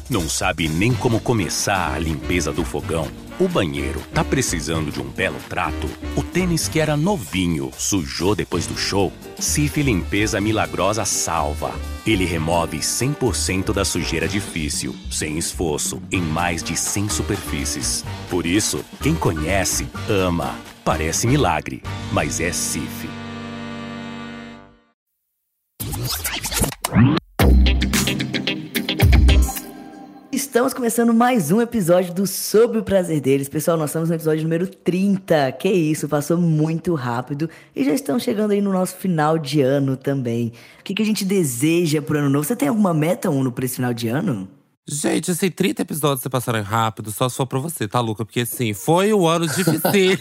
Não sabe nem como começar a limpeza do fogão? O banheiro tá precisando de um belo trato? O tênis que era novinho sujou depois do show? Cif Limpeza Milagrosa salva. Ele remove 100% da sujeira difícil, sem esforço, em mais de 100 superfícies. Por isso, quem conhece, ama. Parece milagre, mas é Cif. Estamos começando mais um episódio do Sobre o Prazer Deles. Pessoal, nós estamos no episódio número 30. Que isso, passou muito rápido. E já estamos chegando aí no nosso final de ano também. O que a gente deseja pro ano novo? Você tem alguma meta, Uno, pra esse final de ano? Gente, assim, 30 episódios se passaram rápido, só se for pra você, tá, Luca? Porque, assim, foi um ano difícil.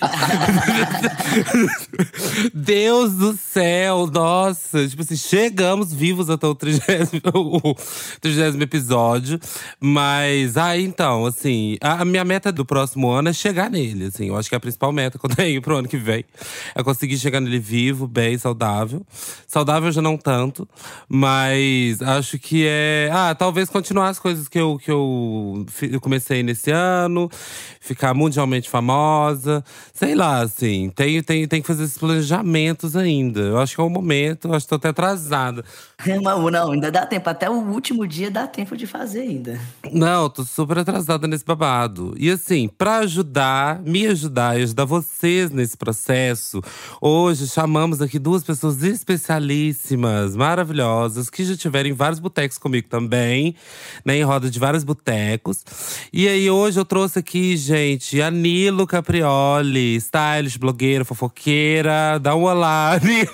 Deus do céu, nossa. Tipo assim, chegamos vivos até o 30º episódio. Mas, então, assim, a minha meta do próximo ano é chegar nele, assim. Eu acho que é a principal meta que eu tenho pro ano que vem. É conseguir chegar nele vivo, bem, saudável. Saudável já não tanto, mas acho que é… talvez continuar as coisas que eu comecei nesse ano, ficar mundialmente famosa, sei lá, assim, tem que fazer esses planejamentos ainda. Eu acho que é o momento, acho que tô até atrasada. Não, ainda dá tempo, até o último dia dá tempo de fazer ainda. Não, tô super atrasada nesse babado. E assim, pra me ajudar e ajudar vocês nesse processo, hoje chamamos aqui duas pessoas especialíssimas, maravilhosas, que já tiveram em vários botecos comigo também, né, em roda de vários botecos. E aí hoje eu trouxe aqui, gente, a Nilo Caprioli, stylist, blogueira, fofoqueira. Dá um olá, Nilo.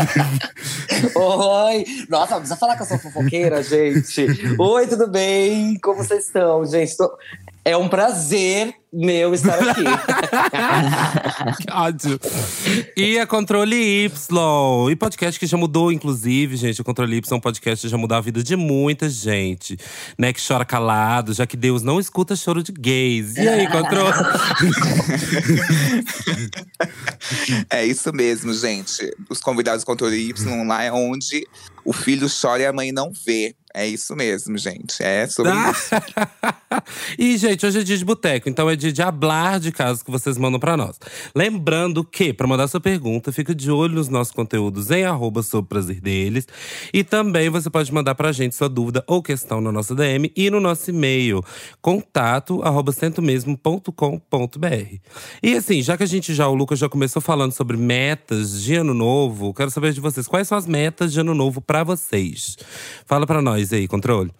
Oi! Nossa, não precisa falar que eu sou fofoqueira, gente. Oi, tudo bem? Como vocês estão, gente? É um prazer meu estar aqui. Que ódio. E a Controle Y. E podcast que já mudou, inclusive, gente. O Controle Y é um podcast que já mudou a vida de muita gente, né? Que chora calado, já que Deus não escuta choro de gays. E aí, Controle? É isso mesmo, gente. Os convidados do Controle Y lá é onde o filho chora e a mãe não vê. É isso mesmo, gente. É sobre isso. E, gente, hoje é dia de boteco. Então é dia de hablar de casos que vocês mandam pra nós. Lembrando que, pra mandar sua pergunta, fica de olho nos nossos conteúdos em @sobreprazerdeles. E também você pode mandar pra gente sua dúvida ou questão na nossa DM e no nosso e-mail, contato@centomesmo.com.br. E assim, já que o Lucas já começou falando sobre metas de ano novo, quero saber de vocês, quais são as metas de ano novo pra vocês? Fala pra nós aí, Controle.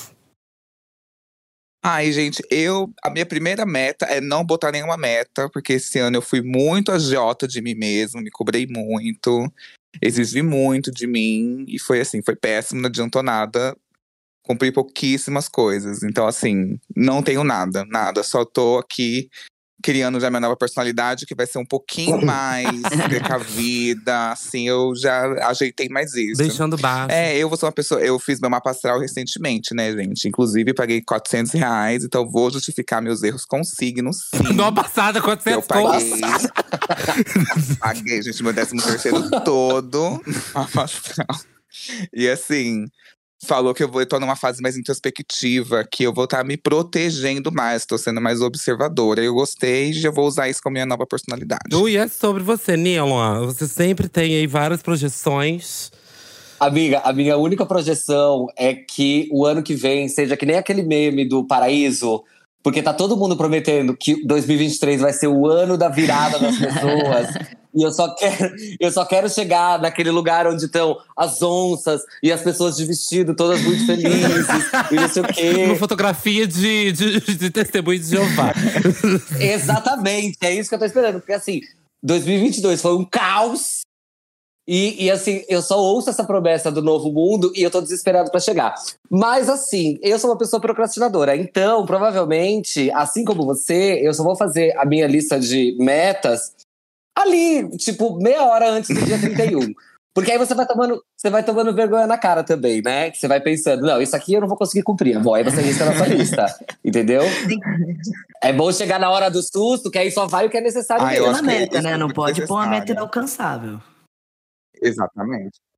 Ai, gente, a minha primeira meta é não botar nenhuma meta, porque esse ano eu fui muito agiota de mim mesmo, me cobrei muito, exigi muito de mim, e foi assim, foi péssimo, não adiantou nada, cumpri pouquíssimas coisas. Então, assim, não tenho nada, só tô aqui criando já minha nova personalidade, que vai ser um pouquinho mais precavida, assim, eu já ajeitei mais isso. Deixando baixo. Eu vou ser uma pessoa… Eu fiz meu mapa astral recentemente, né, gente? Inclusive, paguei R$400, então vou justificar meus erros com signos, sim. No ano passado, 400 eu paguei. Paguei, gente, meu 13º todo no mapa astral. E assim… Falou que eu tô numa fase mais introspectiva, que eu vou estar me protegendo mais, tô sendo mais observadora. Eu gostei e já vou usar isso como minha nova personalidade. E é sobre você, Nilo. Você sempre tem aí várias projeções. Amiga, a minha única projeção é que o ano que vem seja que nem aquele meme do Paraíso. Porque tá todo mundo prometendo que 2023 vai ser o ano da virada das pessoas. E eu só quero chegar naquele lugar onde estão as onças e as pessoas de vestido, todas muito felizes, e não sei o quê. Uma fotografia de testemunho de Jeová. Exatamente, é isso que eu tô esperando. Porque assim, 2022 foi um caos. E assim, eu só ouço essa promessa do novo mundo e eu tô desesperado pra chegar. Mas assim, eu sou uma pessoa procrastinadora. Então, provavelmente, assim como você, eu só vou fazer a minha lista de metas ali, tipo, meia hora antes do dia 31. Porque aí você vai tomando vergonha na cara também, né? Que você vai pensando, não, isso aqui eu não vou conseguir cumprir. Bom, aí você risca na sua lista, entendeu? É bom chegar na hora do susto, que aí só vai o que é necessário Tem mesmo. uma meta, né? Não pode pôr uma meta inalcançável. Exatamente.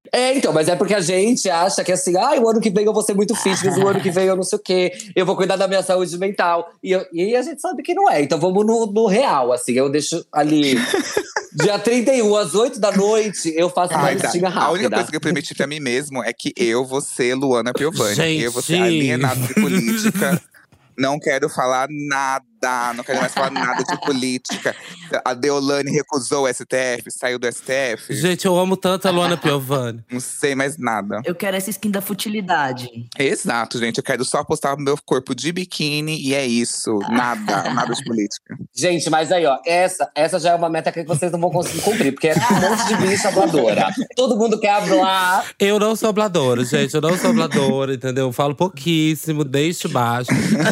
Então, mas é porque a gente acha que assim, o ano que vem eu vou ser muito fitness, o ano que vem eu não sei o quê, eu vou cuidar da minha saúde mental. E a gente sabe que não é. Então vamos no real, assim. Eu deixo ali, dia 31, às 8 da noite, eu faço uma listinha rápida. A única coisa que eu prometi pra mim mesmo é que eu vou ser Luana Piovani. Gente. Eu vou ser alienado de política. Não quero falar nada, não quero mais falar nada de política. A Deolane recusou o STF, saiu do STF. Gente, eu amo tanto a Luana Piovani. Não sei mais nada. Eu quero essa skin da futilidade. Exato, gente. Eu quero só postar meu corpo de biquíni e é isso. Nada de política. Gente, mas aí, ó, essa já é uma meta que vocês não vão conseguir cumprir, porque é um monte de bicha habladora. Todo mundo quer hablar. Eu não sou habladora, gente. Eu não sou habladora, entendeu? Eu falo pouquíssimo, deixo baixo.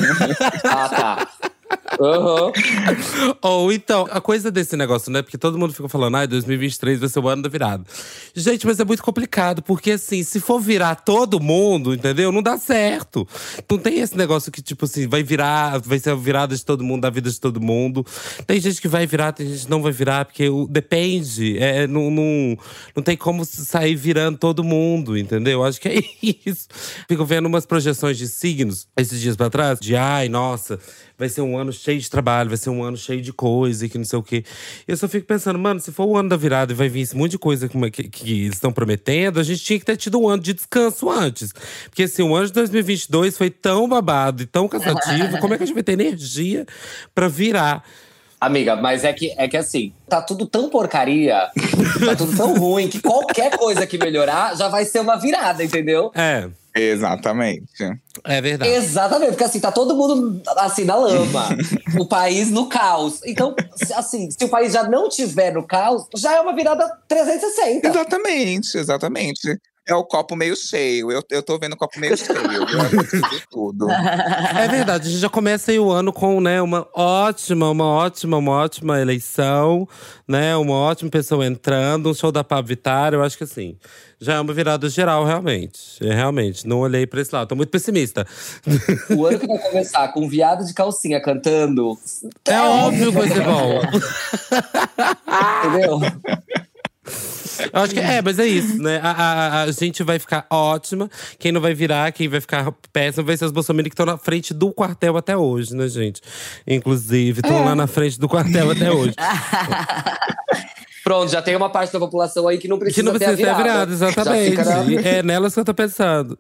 Ah, tá. Uhum. Ou então, a coisa desse negócio, né? Porque todo mundo fica falando, 2023 vai ser o ano da virada. Gente, mas é muito complicado, porque assim, se for virar todo mundo, entendeu? Não dá certo. Não tem esse negócio que, tipo assim, vai ser a virada de todo mundo, da vida de todo mundo. Tem gente que vai virar, tem gente que não vai virar, porque depende. Não tem como sair virando todo mundo, entendeu? Acho que é isso. Fico vendo umas projeções de signos esses dias pra trás, de nossa, vai ser um ano cheio de trabalho, vai ser um ano cheio de coisa e que não sei o quê. Eu só fico pensando, mano, se for o ano da virada e vai vir esse monte de coisa que eles estão prometendo, a gente tinha que ter tido um ano de descanso antes. Porque assim, o ano de 2022 foi tão babado e tão cansativo, como é que a gente vai ter energia pra virar? Amiga, mas é que assim, tá tudo tão porcaria, tá tudo tão ruim, que qualquer coisa que melhorar já vai ser uma virada, entendeu? Exatamente. É verdade. Exatamente, porque assim, tá todo mundo assim na lama, o país no caos. Então, assim, se o país já não tiver no caos, já é uma virada 360. Exatamente. É o copo meio cheio. Eu tô vendo o copo meio cheio. De tudo. É verdade, a gente já começa aí o ano com, né, uma ótima eleição, né? Uma ótima pessoa entrando, um show da Pablo Vittar. Eu acho que assim, já é uma virada geral, realmente. Realmente, não olhei pra esse lado, tô muito pessimista. O ano que vai começar com um viado de calcinha cantando… É óbvio que vai ser bom. Entendeu? Eu acho que mas é isso, né? A gente vai ficar ótima. Quem não vai virar, quem vai ficar péssimo, vai ser os bolsominions que estão na frente do quartel até hoje, né, gente? Inclusive, estão lá na frente do quartel até hoje. Pronto, já tem uma parte da população aí que não precisa ter a virada. Exatamente. É nelas que eu tô pensando.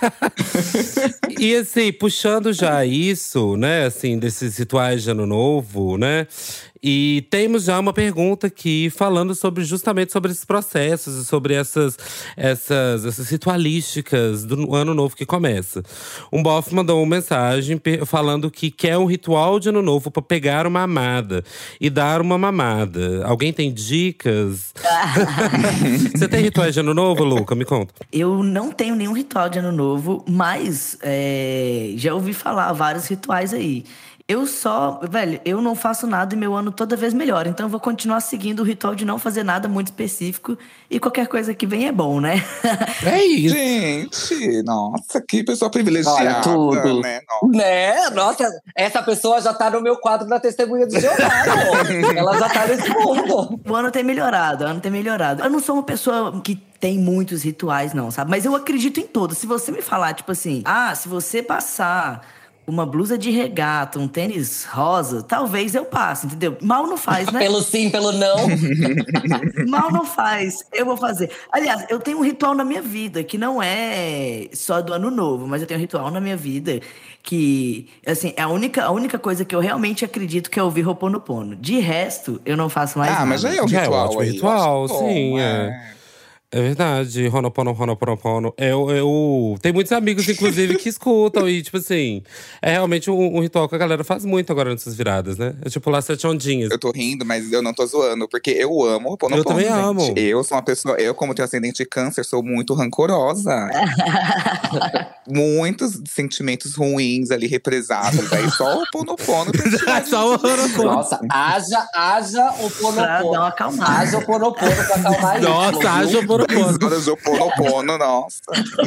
E assim, puxando já isso, né, assim, desses rituais de ano novo, né? E temos já uma pergunta aqui falando justamente sobre esses processos e sobre essas ritualísticas do ano novo que começa. Um bofe mandou uma mensagem falando que quer um ritual de ano novo para pegar uma amada e dar uma mamada. Alguém tem dicas? Você tem rituais de ano novo, Luca? Me conta. Eu não tenho nenhum ritual de ano novo, mas já ouvi falar vários rituais aí. Eu não faço nada e meu ano toda vez melhora. Então eu vou continuar seguindo o ritual de não fazer nada muito específico. E qualquer coisa que vem é bom, né? É isso. Gente, nossa, que pessoa privilegiada. Olha, tudo. Né? Nossa, essa pessoa já tá no meu quadro da Testemunha de Jeová, amor. Ela já tá nesse mundo. O ano tem melhorado. Eu não sou uma pessoa que tem muitos rituais, não, sabe? Mas eu acredito em todos. Se você me falar, tipo assim… se você passar uma blusa de regata, um tênis rosa, talvez eu passe, entendeu? Mal não faz, né? Pelo sim, pelo não. Mal não faz, eu vou fazer. Aliás, eu tenho um ritual na minha vida, que não é só do ano novo, mas eu tenho um ritual na minha vida que, assim, é a única coisa que eu realmente acredito que é ouvir Ho'oponopono. De resto, eu não faço mais nada. Mas já é um ritual. É um ótimo aí, ritual, sim, É verdade, Ho'oponopono. Tem muitos amigos, inclusive, que escutam. E, tipo assim, é realmente um ritual que a galera faz muito agora nessas viradas, né? É tipo lá 7 ondinhas. Eu tô rindo, mas eu não tô zoando. Porque eu amo Ho'oponopono, Eu também amo. Eu sou uma pessoa… Eu, como tenho ascendente de câncer, sou muito rancorosa. Muitos sentimentos ruins ali represados. Aí só o Ho'oponopono. Só o Ho'oponopono. Nossa, haja Ho'oponopono. Pra dar uma acalmada. Haja Ho'oponopono pra acalmar isso. Nossa, haja Ho'oponopono. Oponopono. 10 horas de Oponopono, nossa.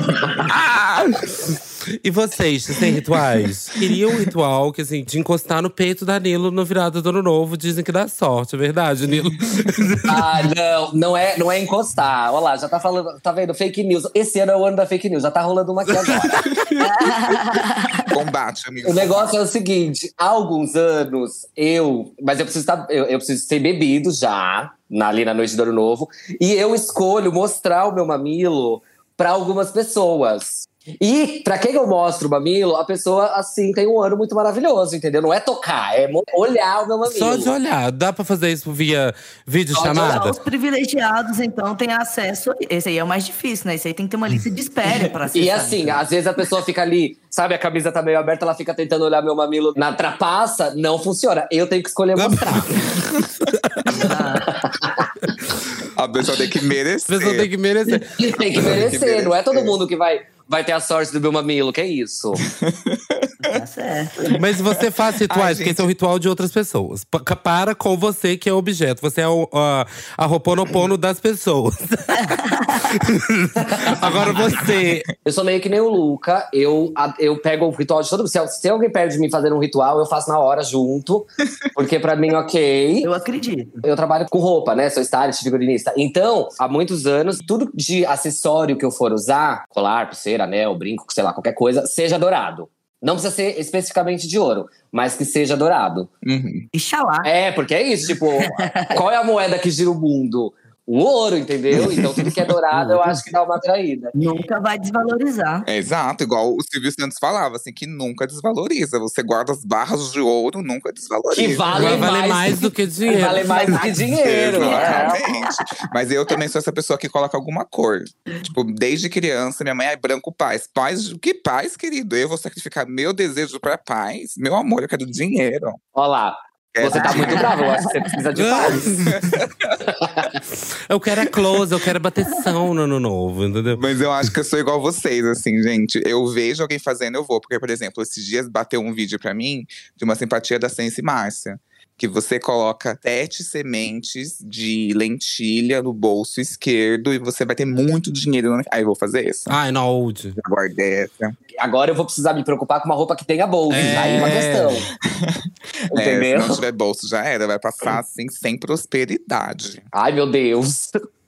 E vocês têm rituais? Queria um ritual que, assim, de encostar no peito da Nilo no virado do ano novo. Dizem que dá sorte, é verdade, Nilo? Ah, não é encostar. Olha lá, já tá falando, tá vendo? Fake news. Esse ano é o ano da fake news, já tá rolando uma aqui agora. Combate, amigo. O negócio é o seguinte, há alguns anos, mas eu preciso ter bebido já, ali na noite do ano novo, e eu escolho mostrar o meu mamilo pra algumas pessoas. E pra quem eu mostro o mamilo, a pessoa, assim, tem um ano muito maravilhoso, entendeu? Não é tocar, é olhar o meu mamilo. Só de olhar. Dá pra fazer isso via videochamada? Os privilegiados, então, têm acesso. Esse aí é o mais difícil, né? Esse aí tem que ter uma lista de espera pra acessar. E assim, então. às vezes a pessoa fica ali, sabe, a camisa tá meio aberta, ela fica tentando olhar meu mamilo na trapaça, não funciona. Eu tenho que escolher mostrar. A pessoa tem que merecer. A pessoa tem que merecer. Tem que merecer, não é todo mundo que vai ter a sorte do meu mamilo, que é isso. Tá certo. Mas você faz rituais, porque esse é o ritual de outras pessoas. Para com você, que é o objeto. Você é a Ho'oponopono das pessoas. Agora você… Eu sou meio que nem o Luca, eu pego o ritual de todo mundo. Se alguém pede de mim fazer um ritual, eu faço na hora junto. Porque pra mim, ok. Eu acredito. Eu trabalho com roupa, né? Sou stylist, figurinista. Então, há muitos anos, tudo de acessório que eu for usar, colar, pulseira, anel, brinco, sei lá, qualquer coisa, seja dourado. Não precisa ser especificamente de ouro, mas que seja dourado. Uhum. Ixalá. É, porque é isso, tipo, qual é a moeda que gira o mundo? O ouro, entendeu? Então tudo que é dourado eu acho que dá uma atraída. Nunca vai desvalorizar. É exato, igual o Silvio Santos falava, assim, que nunca desvaloriza. Você guarda as barras de ouro, nunca desvaloriza. Que vale mais do que dinheiro. Vale mais do que dinheiro. Exatamente. Mas eu também sou essa pessoa que coloca alguma cor. Tipo, desde criança, minha mãe é branco paz. Paz, que paz, querido? Eu vou sacrificar meu desejo pra paz. Meu amor, eu quero dinheiro. Olha lá. Você tá muito bravo, eu acho que você precisa de paz. Eu quero close, eu quero bateção no ano novo, entendeu? Mas eu acho que eu sou igual vocês, assim, gente. Eu vejo alguém fazendo, eu vou. Porque, por exemplo, esses dias bateu um vídeo pra mim de uma simpatia da Sense Márcia. Que você coloca 7 sementes de lentilha no bolso esquerdo e você vai ter muito dinheiro. Aí eu vou fazer isso. Ai, no old. Guardei essa. Agora eu vou precisar me preocupar com uma roupa que tenha bolso. Aí é uma questão. Entendeu? Se não tiver bolso, já era. Vai passar, assim, sem prosperidade. Ai, meu Deus.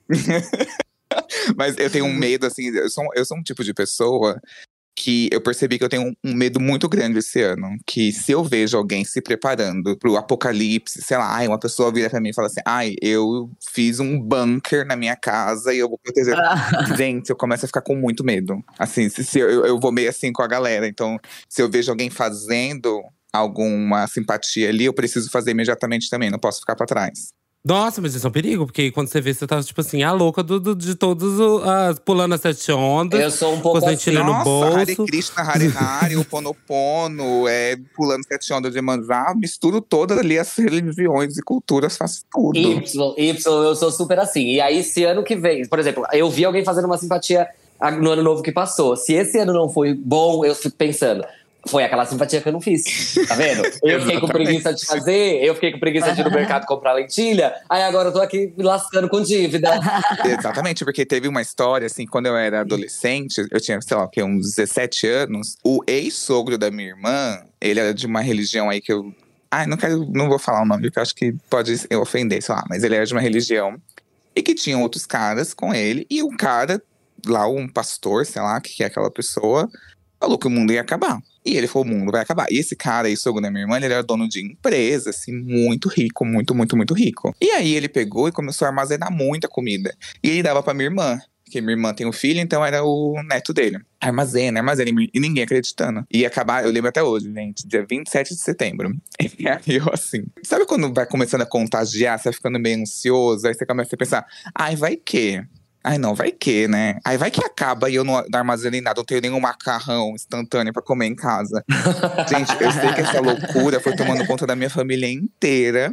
Mas eu tenho um medo, assim… Eu sou um tipo de pessoa que eu percebi que eu tenho um medo muito grande esse ano. Que se eu vejo alguém se preparando pro apocalipse, sei lá, uma pessoa vira pra mim e fala assim, eu fiz um bunker na minha casa e eu vou proteger. Gente, eu começo a ficar com muito medo. Assim, se eu vou meio assim com a galera. Então, se eu vejo alguém fazendo alguma simpatia ali, eu preciso fazer imediatamente também, não posso ficar pra trás. Nossa, mas isso é um perigo, porque quando você vê, você tá, tipo assim, a louca de todos pulando as 7 ondas. Eu sou um pouco com assim. no bolso. Hare Krishna, Hare Hare, Oponopono, pulando 7 ondas de Iemanjá, misturo todas ali as religiões e culturas, faço tudo. Eu sou super assim. E aí, esse ano que vem, por exemplo, eu vi alguém fazendo uma simpatia no ano novo que passou. Se esse ano não foi bom, eu fico pensando… Foi aquela simpatia que eu não fiz, tá vendo? Eu fiquei com preguiça de fazer, eu fiquei com preguiça de ir no mercado comprar lentilha. Aí agora eu tô aqui me lascando com dívida. Exatamente, porque teve uma história, assim, quando eu era adolescente, eu tinha, sei lá, uns 17 anos. O ex-sogro da minha irmã, ele era de uma religião aí que eu… não vou falar o nome, porque eu acho que pode ofender, sei lá. Mas ele era de uma religião e que tinham outros caras com ele. E o cara, lá um pastor, sei lá, que é aquela pessoa… falou que o mundo ia acabar. E ele falou, o mundo vai acabar. E esse cara aí, sogro da minha irmã, ele era dono de empresa, assim, muito rico, muito, muito, muito rico. E aí ele pegou e começou a armazenar muita comida. E ele dava pra minha irmã, porque minha irmã tem um filho, então era o neto dele. Armazena, e ninguém acreditando. Ia acabar, eu lembro até hoje, gente, dia 27 de setembro. E aí eu assim… Sabe quando vai começando a contagiar, você vai ficando meio ansioso, aí você começa a pensar, vai que… não, vai que, né? Aí vai que acaba e eu não armazenei nada, não tenho nenhum macarrão instantâneo pra comer em casa. Gente, eu sei que essa loucura foi tomando conta da minha família inteira. E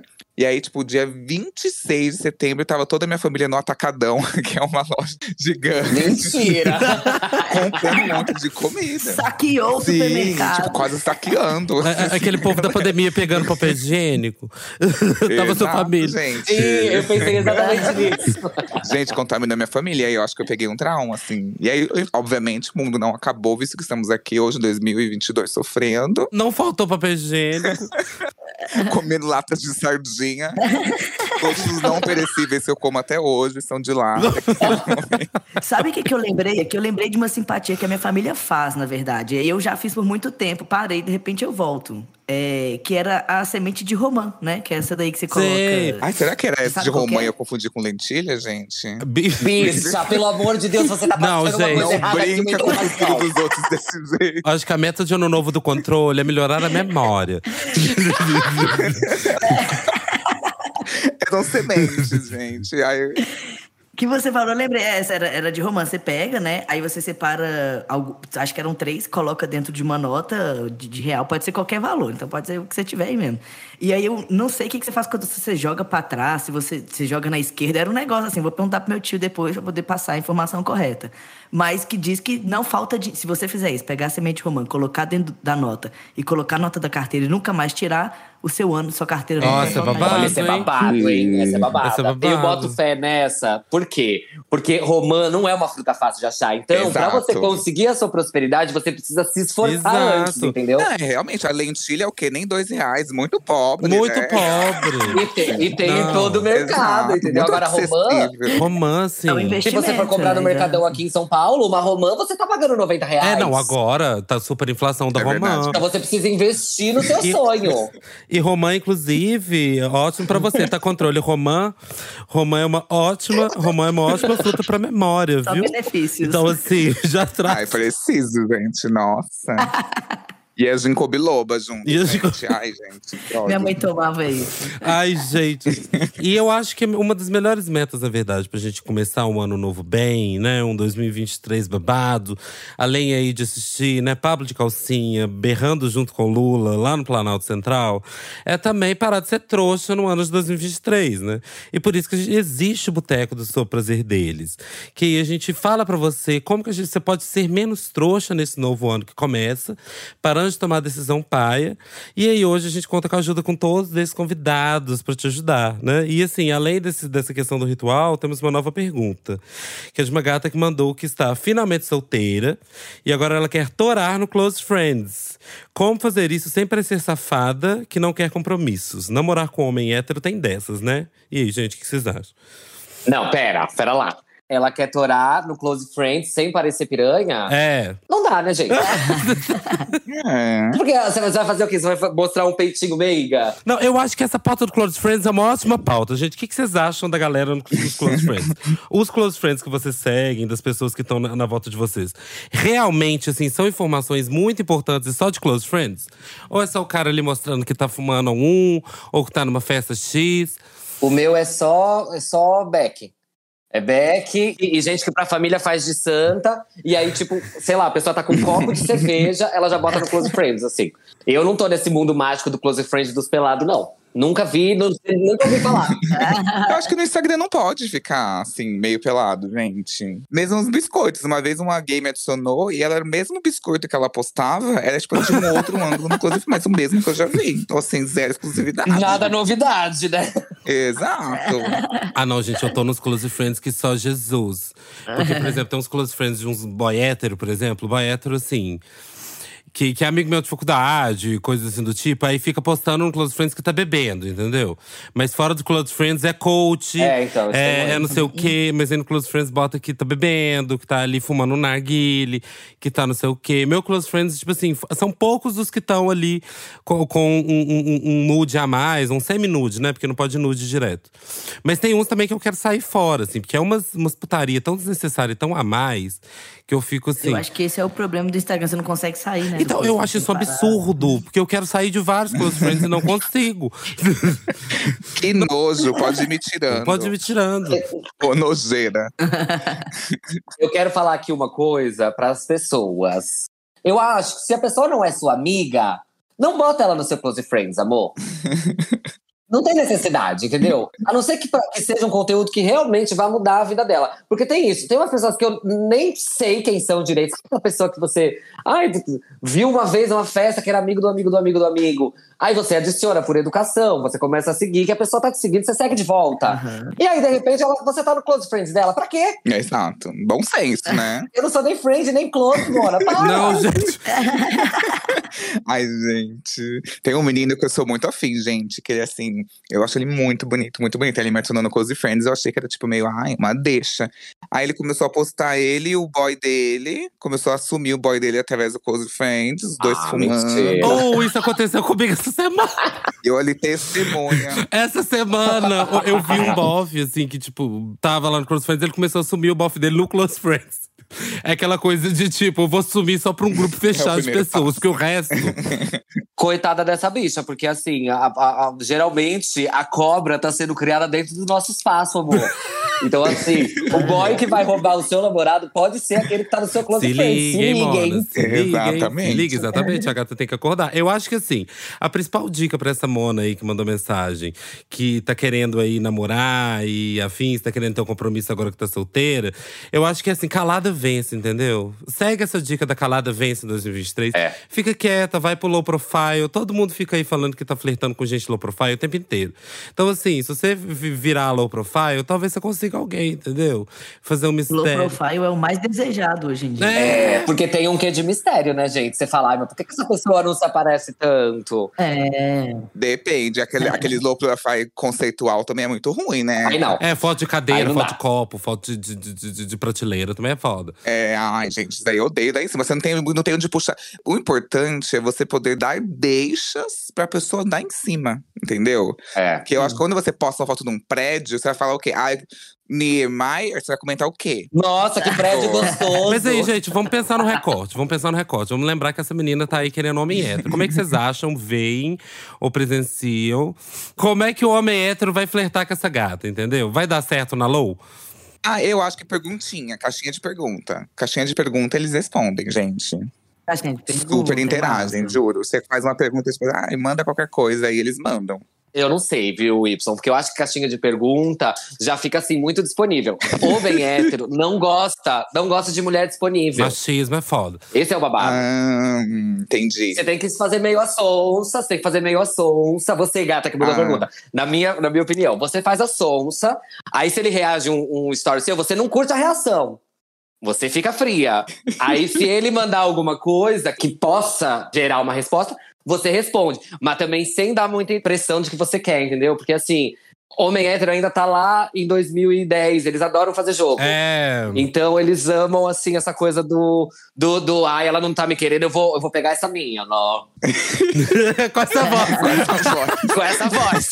E aí, tipo, dia 26 de setembro, tava toda a minha família no Atacadão, que é uma loja gigante. Mentira! Comprando um monte de comida. Saqueou o Sim, supermercado. tipo, quase saqueando. Aquele povo da pandemia pegando papel higiênico. Tava sua Exato, família. gente. Sim, eu pensei exatamente nisso. Gente, contaminou minha família. E aí eu acho que eu peguei um trauma, assim. E aí, obviamente, o mundo não acabou, visto que estamos aqui hoje, em 2022, sofrendo. Não faltou papel higiênico. Comendo latas de sardinha. Todos os não perecíveis que eu como até hoje são de lá. Sabe o que eu lembrei? É que eu lembrei de uma simpatia que a minha família faz, na verdade. Eu já fiz por muito tempo, parei, de repente eu volto. Que era a semente de romã, né? Que é essa daí que você coloca. Sei. Ai, será que era essa Sabe de qual que romã é? e eu confundi com lentilha, gente? Bicha, pelo amor de Deus, você tá Não, passando uma gente. coisa Não errada aqui, brinca muito com o mais futuro alto. dos outros desse jeito. Acho que a meta de ano novo do controle é melhorar a memória. Eram sementes, gente. Aí, Que você falou, eu lembrei, essa era de romã. Você pega, né? Aí você separa, acho que eram 3, coloca dentro de uma nota de real. Pode ser qualquer valor, então pode ser o que você tiver aí mesmo. E aí eu não sei o que você faz quando você joga pra trás, se você joga na esquerda. Era um negócio assim, vou perguntar pro meu tio depois pra poder passar a informação correta. Mas que diz que não falta de… Se você fizer isso, pegar a semente de romã, colocar dentro da nota e colocar a nota da carteira e nunca mais tirar, o seu ano, sua carteira não Nossa, vai faltar. babado. Olha, esse é hein? babado, hein? Essa é babada. Essa é babado. Eu boto fé nessa. Por quê? Porque romã não é uma fruta fácil de achar. Então, pra Exato. você conseguir a sua prosperidade, você precisa se esforçar Exato. antes, entendeu? não, realmente, a lentilha é o quê? Nem R$2. Muito pobre, Muito né? pobre. E tem em Não. todo o mercado, Exato, entendeu? muito Agora, romã… acessível. Romã, sim. É um Se investimento. você for comprar no né? Mercadão aqui em São Paulo, uma romã, você tá pagando R$90. Não, agora tá super inflação da É romã. verdade. Então você precisa investir no seu E- sonho. E romã, inclusive, é ótimo pra você, tá? Controle. Romã é uma ótima fruta pra memória, Só viu? benefícios. Então, assim, já Ai, traz. preciso, gente. Nossa. E a ginkgo biloba junto, E a gente. ginkgo- Ai, gente. que ódio. Minha mãe tomava isso. Ai, gente. E eu acho que uma das melhores metas, na verdade, pra gente começar um ano novo bem, né? Um 2023 babado. Além aí de assistir, né, Pablo de Calcinha berrando junto com Lula lá no Planalto Central, é também parar de ser trouxa no ano de 2023, né? E por isso que existe o Boteco do Sob Prazer deles. Que aí a gente fala pra você como que você pode ser menos trouxa nesse novo ano que começa, parando de tomar decisão paia. E aí hoje a gente conta com a ajuda com todos esses convidados pra te ajudar, né? E assim, além dessa questão do ritual, temos uma nova pergunta. Que é de uma gata que mandou que está finalmente solteira e agora ela quer torar no Close Friends. Como fazer isso sem parecer safada, que não quer compromissos? Namorar com homem hétero tem dessas, né? E aí, gente, o que vocês acham? Não, pera lá. Ela quer torar no Close Friends sem parecer piranha? É. Não dá, né, gente? É. Porque você vai fazer o quê? Você vai mostrar um peitinho meiga? Não, eu acho que essa pauta do Close Friends é uma ótima pauta, gente. O que vocês acham da galera nos Close Friends? Os Close Friends que vocês seguem, das pessoas que estão na volta de vocês, realmente, assim, são informações muito importantes e só de Close Friends? Ou é só o cara ali mostrando que tá fumando ou que tá numa festa X? O meu é só Beck. É Beck e gente que pra família faz de santa. E aí, tipo, sei lá, a pessoa tá com um copo de cerveja, ela já bota no Close Friends, assim. Eu não tô nesse mundo mágico do Close Friends dos pelados, não. Nunca vi, nunca ouvi falar. Eu acho que no Instagram não pode ficar, assim, meio pelado, gente. Mesmo os biscoitos. Uma vez uma gay me adicionou e ela era o mesmo biscoito que ela postava. Era, tipo, de um outro ângulo no Close, mas o mesmo que eu já vi. Então, assim, zero exclusividade. Nada novidade, né? Exato. Ah, não, gente, eu tô nos Close Friends que só Jesus. Porque, por exemplo, tem uns Close Friends de uns boy hétero, por exemplo. Boy hétero, assim… Que é amigo meu de faculdade, coisas assim do tipo. Aí fica postando no Close Friends que tá bebendo, entendeu? Mas fora do Close Friends é coach. Então, isso é não sei o quê. Mas aí no Close Friends bota que tá bebendo, que tá ali fumando um narguile, que tá não sei o quê. Meu Close Friends, tipo assim, são poucos os que estão ali com um nude a mais, um semi-nude, né? Porque não pode nude direto. Mas tem uns também que eu quero sair fora, assim. Porque é umas putaria tão desnecessária e tão a mais, que eu fico assim… Eu acho que esse é o problema do Instagram, você não consegue sair, né? Então, eu acho isso um absurdo, porque eu quero sair de vários Close Friends e não consigo. Que nojo, pode ir me tirando. Pode ir me tirando. Ô, nojeira. Eu quero falar aqui uma coisa pras pessoas. Eu acho que se a pessoa não é sua amiga, não bota ela no seu Close Friends, amor. Não tem necessidade, entendeu? A não ser que seja um conteúdo que realmente vai mudar a vida dela. Porque tem isso, tem umas pessoas que eu nem sei quem são direito. Sabe aquela pessoa que você viu uma vez numa festa que era amigo do amigo do amigo do amigo. Aí você adiciona por educação, você começa a seguir, que a pessoa tá te seguindo, você segue de volta. E aí, de repente, você tá no close friends dela. Pra quê? Exato. Bom senso, né? Eu não sou nem friend, nem close, Mona. Para! Não, gente. Ai, gente. Tem um menino que eu sou muito afim, gente. Que ele, assim, eu acho ele muito bonito, muito bonito. Ele me adicionou no Close Friends, eu achei que era, tipo, meio, uma deixa. Aí ele começou a postar ele e o boy dele. Começou a assumir o boy dele através do Close Friends, os dois fumando. mentira. Isso aconteceu comigo essa semana. Eu ali testemunha. Essa semana eu vi um bofe, assim, que, tipo, tava lá no Close Friends, ele começou a assumir o bofe dele no Close Friends. É aquela coisa de, tipo, eu vou sumir só pra um grupo fechado de pessoas, porque o resto… Coitada dessa bicha, porque assim, geralmente a cobra tá sendo criada dentro do nosso espaço, amor. Então, assim, o boy que vai roubar o seu namorado pode ser aquele que tá no seu close Se friends. liga, hein, Mona? Se liga, hein? Exatamente. Se liga, exatamente. A gata tem que acordar. Eu acho que, assim, a principal dica pra essa Mona aí que mandou mensagem, que tá querendo aí namorar e afins, tá querendo ter um compromisso agora que tá solteira, eu acho que, assim, calada vence, entendeu? Segue essa dica da calada vence em 2023. Fica quieta, vai pro low profile. Todo mundo fica aí falando que tá flertando com gente low profile o tempo inteiro. Então, assim, se você virar low profile, talvez você consiga alguém, entendeu? Fazer um mistério. Low profile é o mais desejado hoje em dia. Porque tem um quê de mistério, né, gente? Você fala, mas por que essa pessoa não se aparece tanto? Depende. Aquele low profile conceitual também é muito ruim, né? Aí não. Foto de cadeira, Aí não foto dá. de copo, foto de prateleira também é foda. Ai, gente, isso daí eu odeio. Daí, se você não tem onde puxar. O importante é você poder dar deixas pra pessoa dar em cima, entendeu? Porque eu acho que quando você posta uma foto de um prédio, você vai falar o quê? Niemeyer, você vai comentar o quê? Nossa, que prédio gostoso! Mas aí, gente, vamos pensar no recorte. Vamos lembrar que essa menina tá aí querendo homem hétero. Como é que vocês acham, veem ou presenciam? Como é que o homem hétero vai flertar com essa gata, entendeu? Vai dar certo na low? Eu acho que perguntinha, caixinha de pergunta. Caixinha de pergunta, eles respondem, gente. Caixinha de pergunta, Super interagem, juro. Você faz uma pergunta e você manda qualquer coisa, aí eles mandam. Eu não sei, viu, Y? Porque eu acho que caixinha de pergunta já fica, assim, muito disponível. Homem hétero não gosta de mulher disponível. Machismo é foda. Esse é o babado. Entendi. Você tem que se fazer meio a sonsa, Você, gata, que mudou a pergunta. Na minha opinião, você faz a sonsa, aí se ele reage um story seu, você não curte a reação. Você fica fria. Aí se ele mandar alguma coisa que possa gerar uma resposta, você responde. Mas também sem dar muita impressão de que você quer, entendeu? Porque assim, homem hétero ainda tá lá em 2010. Eles adoram fazer jogo. Então eles amam, assim, essa coisa do ela não tá me querendo, eu vou pegar essa minha, não. Com essa voz. Com essa voz.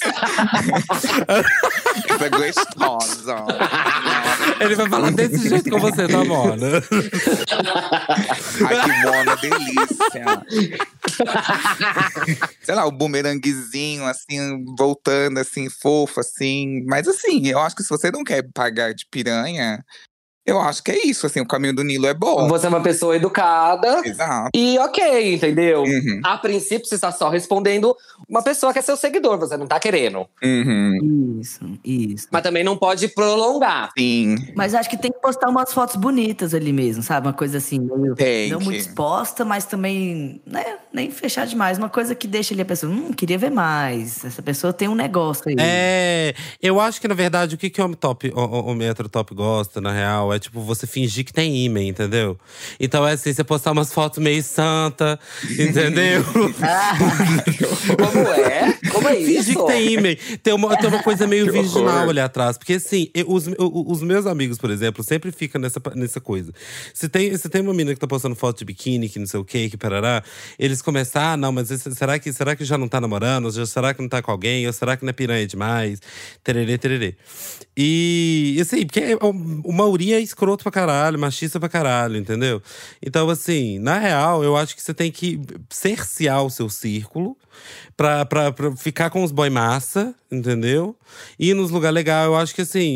Essa é gostosa. Ele vai falar desse jeito com você, tá, Mona? Ai, que Mona, delícia. Sei lá, o bumeranguezinho, assim, voltando, assim, fofo, assim. Mas assim, eu acho que se você não quer pagar de piranha, eu acho que é isso, assim, o caminho do Nilo é bom. Você é uma pessoa educada. Exato. E ok, entendeu? A princípio, você está só respondendo uma pessoa que é seu seguidor, você não tá querendo. Isso. Mas também não pode prolongar. Sim. Mas acho que tem que postar umas fotos bonitas ali mesmo, sabe? Uma coisa assim, não muito exposta, mas também, né, nem fechar demais. Uma coisa que deixa ali a pessoa, queria ver mais. Essa pessoa tem um negócio aí. Eu acho que, na verdade, o que o hétero top gosta, na real, é tipo você fingir que tem ímã, entendeu? Então é assim, você postar umas fotos meio santa, entendeu? Como é isso? Fingir que tem ímã. Tem uma coisa meio virginal ali atrás. Porque assim, os meus amigos, por exemplo, sempre ficam nessa coisa. Se tem uma menina que tá postando foto de biquíni, que não sei o que parará, eles começam, não, mas será que já não tá namorando? Será que não tá com alguém? Ou será que não é piranha demais? Tererê. E assim, porque o maioria é escroto pra caralho, machista pra caralho, entendeu? Então, assim, na real, eu acho que você tem que cercear o seu círculo pra ficar com os boy massa, entendeu? E nos lugares legais, eu acho que assim,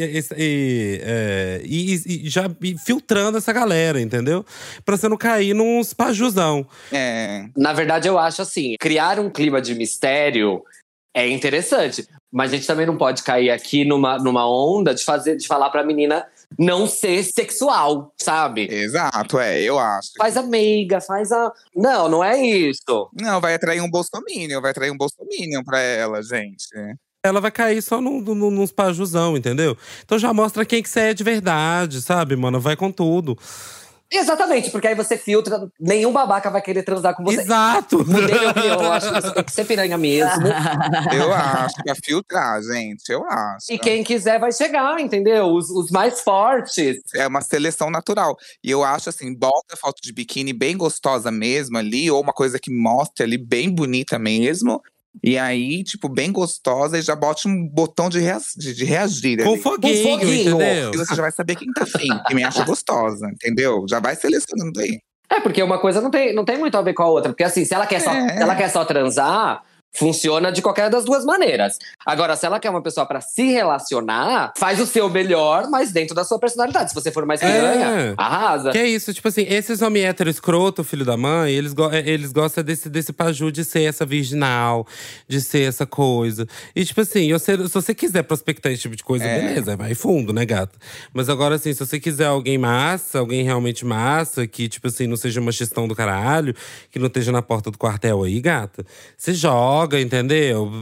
e já filtrando essa galera, entendeu? Pra você não cair nos pajuzão. Na verdade, eu acho assim, criar um clima de mistério É interessante. Mas a gente também não pode cair aqui numa onda de falar pra menina não ser sexual, sabe? Exato, eu acho. Faz a meiga, faz a… Não, não é isso. Não, vai atrair um bolsominion pra ela, gente. Ela vai cair só nos pajuzão, entendeu? Então já mostra quem que você é de verdade, sabe, mano? Vai com tudo. Exatamente, porque aí você filtra, nenhum babaca vai querer transar com você. Exato! Mudei minha opinião, eu acho que você tem que ser piranha mesmo. Eu acho, pra filtrar, gente, eu acho. E quem quiser vai chegar, entendeu? Os mais fortes. É uma seleção natural. E eu acho assim, bota foto de biquíni bem gostosa mesmo ali, ou uma coisa que mostre ali bem bonita mesmo. E aí, tipo, bem gostosa, e já bote um botão de reagir. Com ali. foguinho, entendeu? E você já vai saber quem tá afim, que me acha gostosa, entendeu? Já vai selecionando aí. É, porque uma coisa não tem muito a ver com a outra. Porque assim, se ela quer só transar, funciona de qualquer das duas maneiras. Agora, se ela quer uma pessoa pra se relacionar, faz o seu melhor, mas dentro da sua personalidade. Se você for mais piranha, arrasa. Que é isso, tipo assim, esses homens hétero escroto, filho da mãe, eles gostam desse paju de ser essa virginal, de ser essa coisa. E tipo assim, se você quiser prospectar esse tipo de coisa, beleza, vai fundo, né, gata? Mas agora assim, se você quiser alguém massa, alguém realmente massa, que tipo assim, não seja uma xistão do caralho, que não esteja na porta do quartel aí, gata, você joga, entendeu?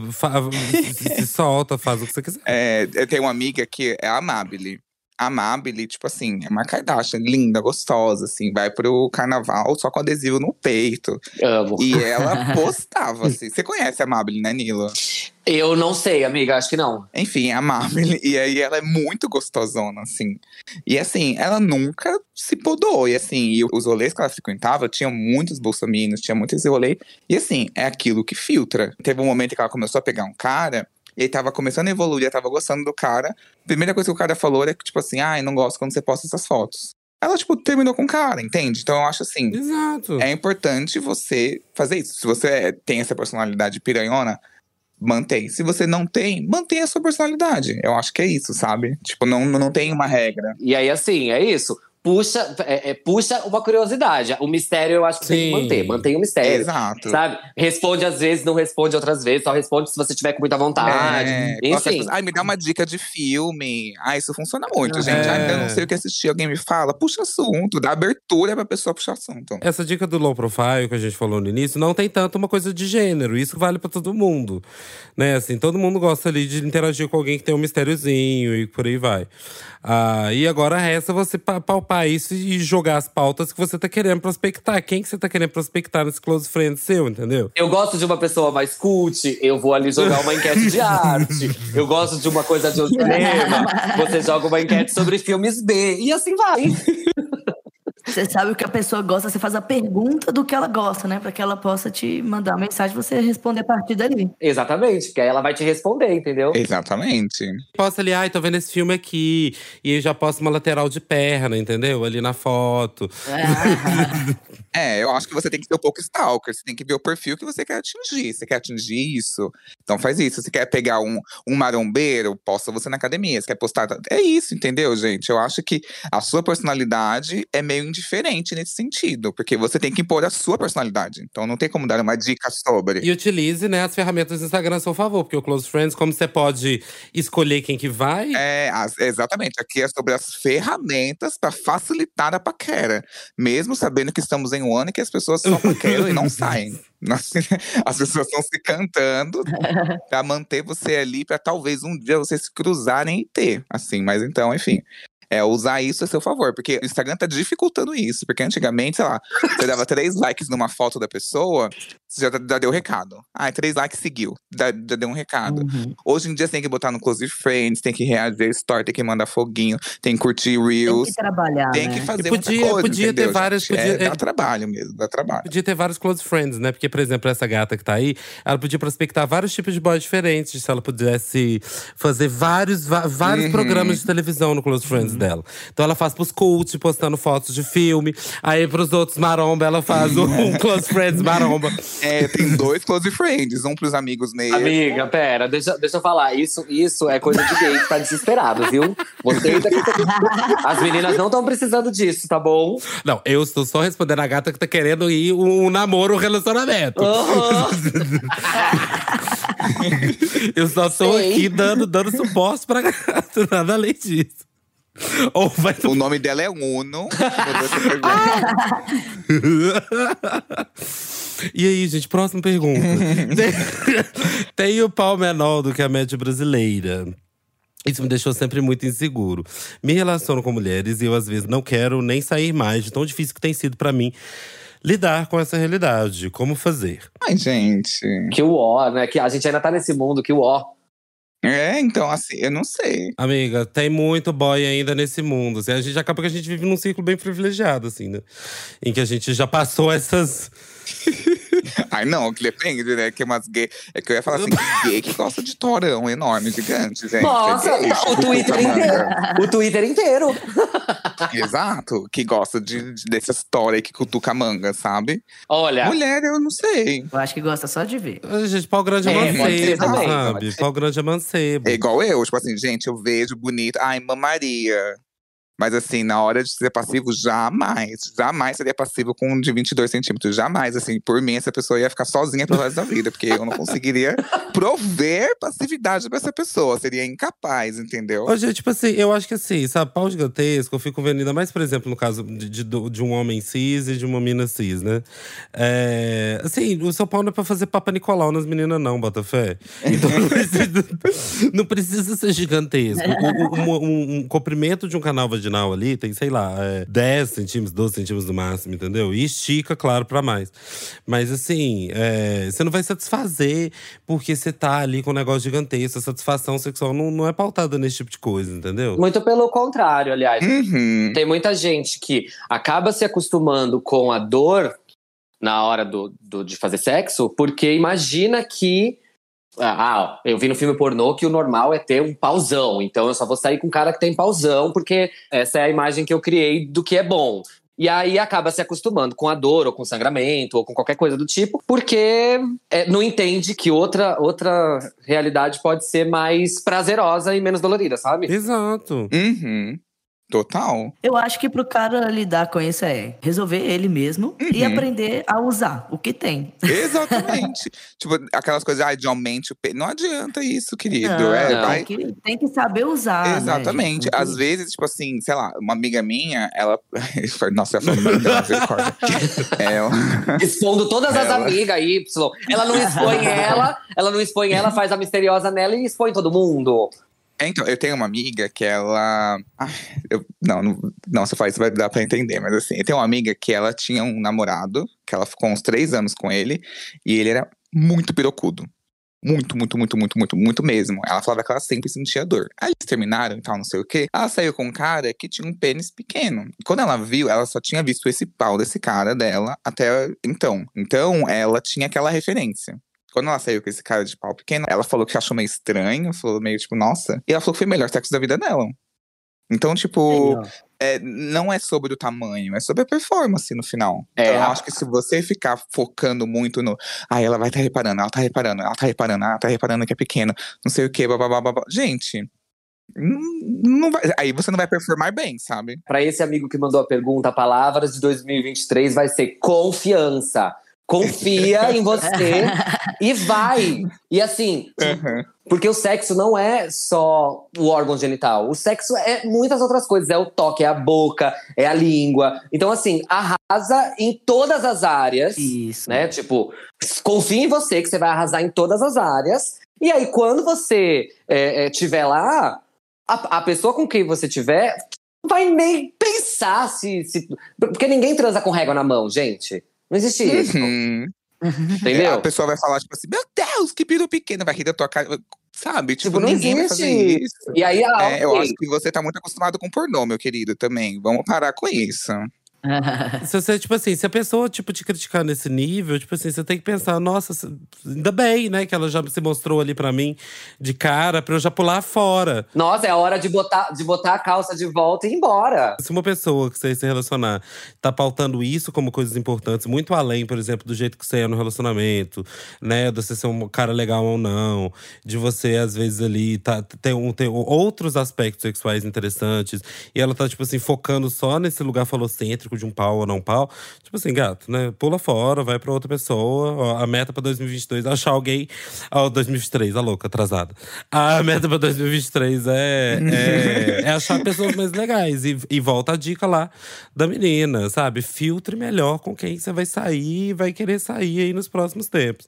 Se solta, faz o que você quiser. Eu tenho uma amiga que é a Amabile. A Amabile, tipo assim, é uma Kardashian, linda, gostosa, assim. Vai pro carnaval só com adesivo no peito. Amo. E ela postava, assim. Você conhece a Amabile, né, Nilo? Eu não sei, amiga, acho que não. Enfim, a Amabile. E aí ela é muito gostosona, assim. E assim, ela nunca se podou. E assim, e os rolês que ela frequentava, tinha muitos bolsominions, tinha muito esse rolê. E assim, é aquilo que filtra. Teve um momento que ela começou a pegar um cara… E ele tava começando a evoluir, ela tava gostando do cara. A primeira coisa que o cara falou era que, tipo assim, não gosto quando você posta essas fotos. Ela, tipo, terminou com o cara, entende? Então eu acho assim, Exato. é importante você fazer isso. Se você tem essa personalidade piranhona, mantém. Se você não tem, mantenha a sua personalidade. Eu acho que é isso, sabe? Tipo, não tem uma regra. E aí, assim, é isso. Puxa uma curiosidade. O mistério eu acho que tem que manter. Mantém o mistério. Exato. Sabe? Responde às vezes, não responde outras vezes. Só responde se você tiver com muita vontade. Enfim. Me dá uma dica de filme. Isso funciona muito, gente. Eu não sei o que assistir. Alguém me fala, puxa assunto. Dá abertura pra pessoa puxar assunto. Essa dica do low profile que a gente falou no início, não tem tanto uma coisa de gênero. Isso vale pra todo mundo. Né? Assim, todo mundo gosta ali de interagir com alguém que tem um mistériozinho e por aí vai. E agora resta você palpar isso e jogar as pautas que você tá querendo prospectar. Quem que você tá querendo prospectar nesse close friend seu, entendeu? Eu gosto de uma pessoa mais cult, eu vou ali jogar uma enquete de arte. Eu gosto de uma coisa de um cinema, você joga uma enquete sobre filmes B. E assim vai. Você sabe o que a pessoa gosta, você faz a pergunta do que ela gosta, né? Pra que ela possa te mandar uma mensagem e você responder a partir dali. Exatamente, porque aí ela vai te responder, entendeu? Exatamente. Posta ali, tô vendo esse filme aqui. E aí já posta uma lateral de perna, entendeu? Ali na foto. Eu acho que você tem que ser um pouco stalker. Você tem que ver o perfil que você quer atingir. Você quer atingir isso? Então faz isso. Você quer pegar um marombeiro? Posta você na academia. Você quer postar… É isso, entendeu, gente? Eu acho que a sua personalidade é meio indiferente nesse sentido. Porque você tem que impor a sua personalidade. Então não tem como dar uma dica sobre. E utilize, né, as ferramentas do Instagram a seu favor. Porque o Close Friends, como você pode escolher quem que vai… Exatamente. Aqui é sobre as ferramentas para facilitar a paquera. Mesmo sabendo que estamos em um ano e que as pessoas só paqueram e não saem. As pessoas estão se cantando pra manter você ali, pra talvez um dia vocês se cruzarem e ter, assim. Mas então, enfim, usar isso a seu favor. Porque o Instagram tá dificultando isso. Porque antigamente, sei lá, você dava 3 likes numa foto da pessoa, você já deu recado. 3 likes seguiu, já deu um recado. Hoje em dia você tem que botar no Close Friends, tem que reagir story, tem que mandar foguinho, tem que curtir Reels. Tem que trabalhar, tem que fazer muita coisa, podia ter várias… dá trabalho mesmo, dá trabalho. Podia ter vários close friends, né? Porque, por exemplo, essa gata que tá aí, ela podia prospectar vários tipos de boy diferentes. Se ela pudesse fazer vários programas de televisão no close friends dela. Então ela faz pros cult, postando fotos de filme. Aí pros outros maromba, ela faz um close friends maromba. Tem 2 close friends, um pros amigos mesmo. Amiga, pera, deixa eu falar. Isso é coisa de gay que tá desesperado, viu? As meninas não estão precisando disso, tá bom? Não, eu estou só respondendo a gata que tá querendo ir um namoro, um relacionamento. Eu só tô Sei. aqui dando suporte pra gata, nada além disso. Ou vai… O nome dela é Uno. Mandou essa pergunta. E aí, gente, próxima pergunta. Tem o pau menor do que a média brasileira. Isso me deixou sempre muito inseguro. Me relaciono com mulheres e eu, às vezes, não quero nem sair mais de tão difícil que tem sido pra mim lidar com essa realidade. Como fazer? Ai, gente. Que o ó, né? Que a gente ainda tá nesse mundo, que o ó. Então, assim, eu não sei. Amiga, tem muito boy ainda nesse mundo. Assim, a gente acaba que a gente vive num círculo bem privilegiado, assim, né? Em que a gente já passou essas… Ai, não, que depende, né? Que umas gay… É que eu ia falar assim, que gay que gosta de torão enorme, gigante, gente. Nossa, É gay, o Twitter inteiro. O Twitter inteiro. Exato, que gosta dessas tora aí que cutuca a manga, sabe? Olha, Mulher, eu não sei. Eu acho que gosta só de ver. A gente, pau grande é É, pode ser mancebo, também, sabe? pode ser. Pau grande é mancebo. É igual eu, tipo assim, gente, eu vejo bonito, ai, mamaria. Mas assim, na hora de ser passivo, jamais seria passivo com um de 22 centímetros. Jamais, assim, por mim, essa pessoa ia ficar sozinha pelo resto da vida. Porque eu não conseguiria prover passividade pra essa pessoa. Seria incapaz, entendeu? Ô, gente, tipo assim, eu acho que assim, sabe, pau gigantesco, eu fico vendo ainda mais, por exemplo, no caso de um homem cis e de uma mina cis, né? Assim, o seu pau não é pra fazer Papa Nicolau nas meninas, não, Botafé. Então não precisa ser gigantesco. Um comprimento de um canal vaginal ali tem, sei lá, 10 centímetros, 12 centímetros no máximo, entendeu? E estica, claro, pra mais. Mas assim, você não vai satisfazer porque você tá ali com um negócio gigantesco. A satisfação sexual não é pautada nesse tipo de coisa, entendeu? muito pelo contrário, aliás. Uhum. Tem muita gente que acaba se acostumando com a dor na hora de fazer sexo, porque imagina que… eu vi no filme pornô que o normal é ter um pauzão. Então eu só vou sair com um cara que tem pauzão, porque essa é a imagem que eu criei do que é bom. E aí acaba se acostumando com a dor, ou com sangramento, ou com qualquer coisa do tipo, porque não entende que outra realidade pode ser mais prazerosa e menos dolorida, sabe? Exato. Uhum. Total. Eu acho que pro cara lidar com isso é resolver ele mesmo e aprender a usar o que tem. Exatamente. Tipo, aquelas coisas, de aumente o peito. Não adianta isso, querido. não. Vai… Tem que saber usar, Exatamente. né, gente? Às vezes, tipo assim, sei lá, uma amiga minha, ela… Nossa, eu ia falar dela, misericórdia. Expondo todas as amigas aí, Y. Ela não expõe ela, faz a misteriosa nela e expõe todo mundo. Então, eu tenho uma amiga que ela… Não, se faz, vai dar pra entender. Mas assim, eu tenho uma amiga que ela tinha um namorado, que ela ficou uns 3 anos com ele. E ele era muito pirocudo. Muito, muito, muito, muito, muito, muito mesmo. Ela falava que ela sempre sentia dor. Aí eles terminaram e tal, não sei o quê. Ela saiu com um cara que tinha um pênis pequeno. E quando ela viu, ela só tinha visto esse pau desse cara dela até então. Então, ela tinha aquela referência. Quando ela saiu com esse cara de pau pequeno, ela falou que achou meio estranho, falou meio tipo, nossa. E ela falou que foi o melhor sexo da vida dela. Então, tipo, não é sobre o tamanho, é sobre a performance no final. Então, eu acho que se você ficar focando muito no… ela vai estar reparando, ela tá reparando que é pequeno, não sei o quê, blá. Gente… Não vai, aí você não vai performar bem, sabe? Pra esse amigo que mandou a pergunta, palavras de 2023 vai ser confiança. Confia em você e vai. E assim, porque o sexo não é só o órgão genital. O sexo é muitas outras coisas. É o toque, é a boca, é a língua. Então, assim, arrasa em todas as áreas. Isso. Né? Tipo, confia em você que você vai arrasar em todas as áreas. E aí, quando você tiver lá, a pessoa com quem você tiver não vai nem pensar se… Porque ninguém transa com régua na mão, gente. Não existe isso. Entendeu? A pessoa vai falar, tipo assim, meu Deus, que peru pequeno, vai rir da tua cara. Sabe? Tipo, não ninguém vai existe. fazer isso. E aí, Eu acho que você tá muito acostumado com pornô, meu querido, também. Vamos parar com isso. Se você, tipo assim, se a pessoa, tipo, te criticar nesse nível, tipo assim, você tem que pensar, nossa, ainda bem, né, que ela já se mostrou ali pra mim de cara, pra eu já pular fora. Nossa, é a hora de botar a calça de volta e ir embora. Se uma pessoa que você se relacionar tá pautando isso como coisas importantes, muito além, por exemplo, do jeito que você é no relacionamento, né, de você ser um cara legal ou não, de você, às vezes, ali, ter outros aspectos sexuais interessantes, e ela tá, tipo assim, focando só nesse lugar falocêntrico, específico de um pau ou não pau. Tipo assim, gato, né? Pula fora, vai pra outra pessoa. Ó, a meta pra 2022 é achar alguém… Ó, 2023, a louca, atrasada. A meta pra 2023 é achar pessoas mais legais. E volta a dica lá da menina, sabe? Filtre melhor com quem você vai sair e vai querer sair aí nos próximos tempos.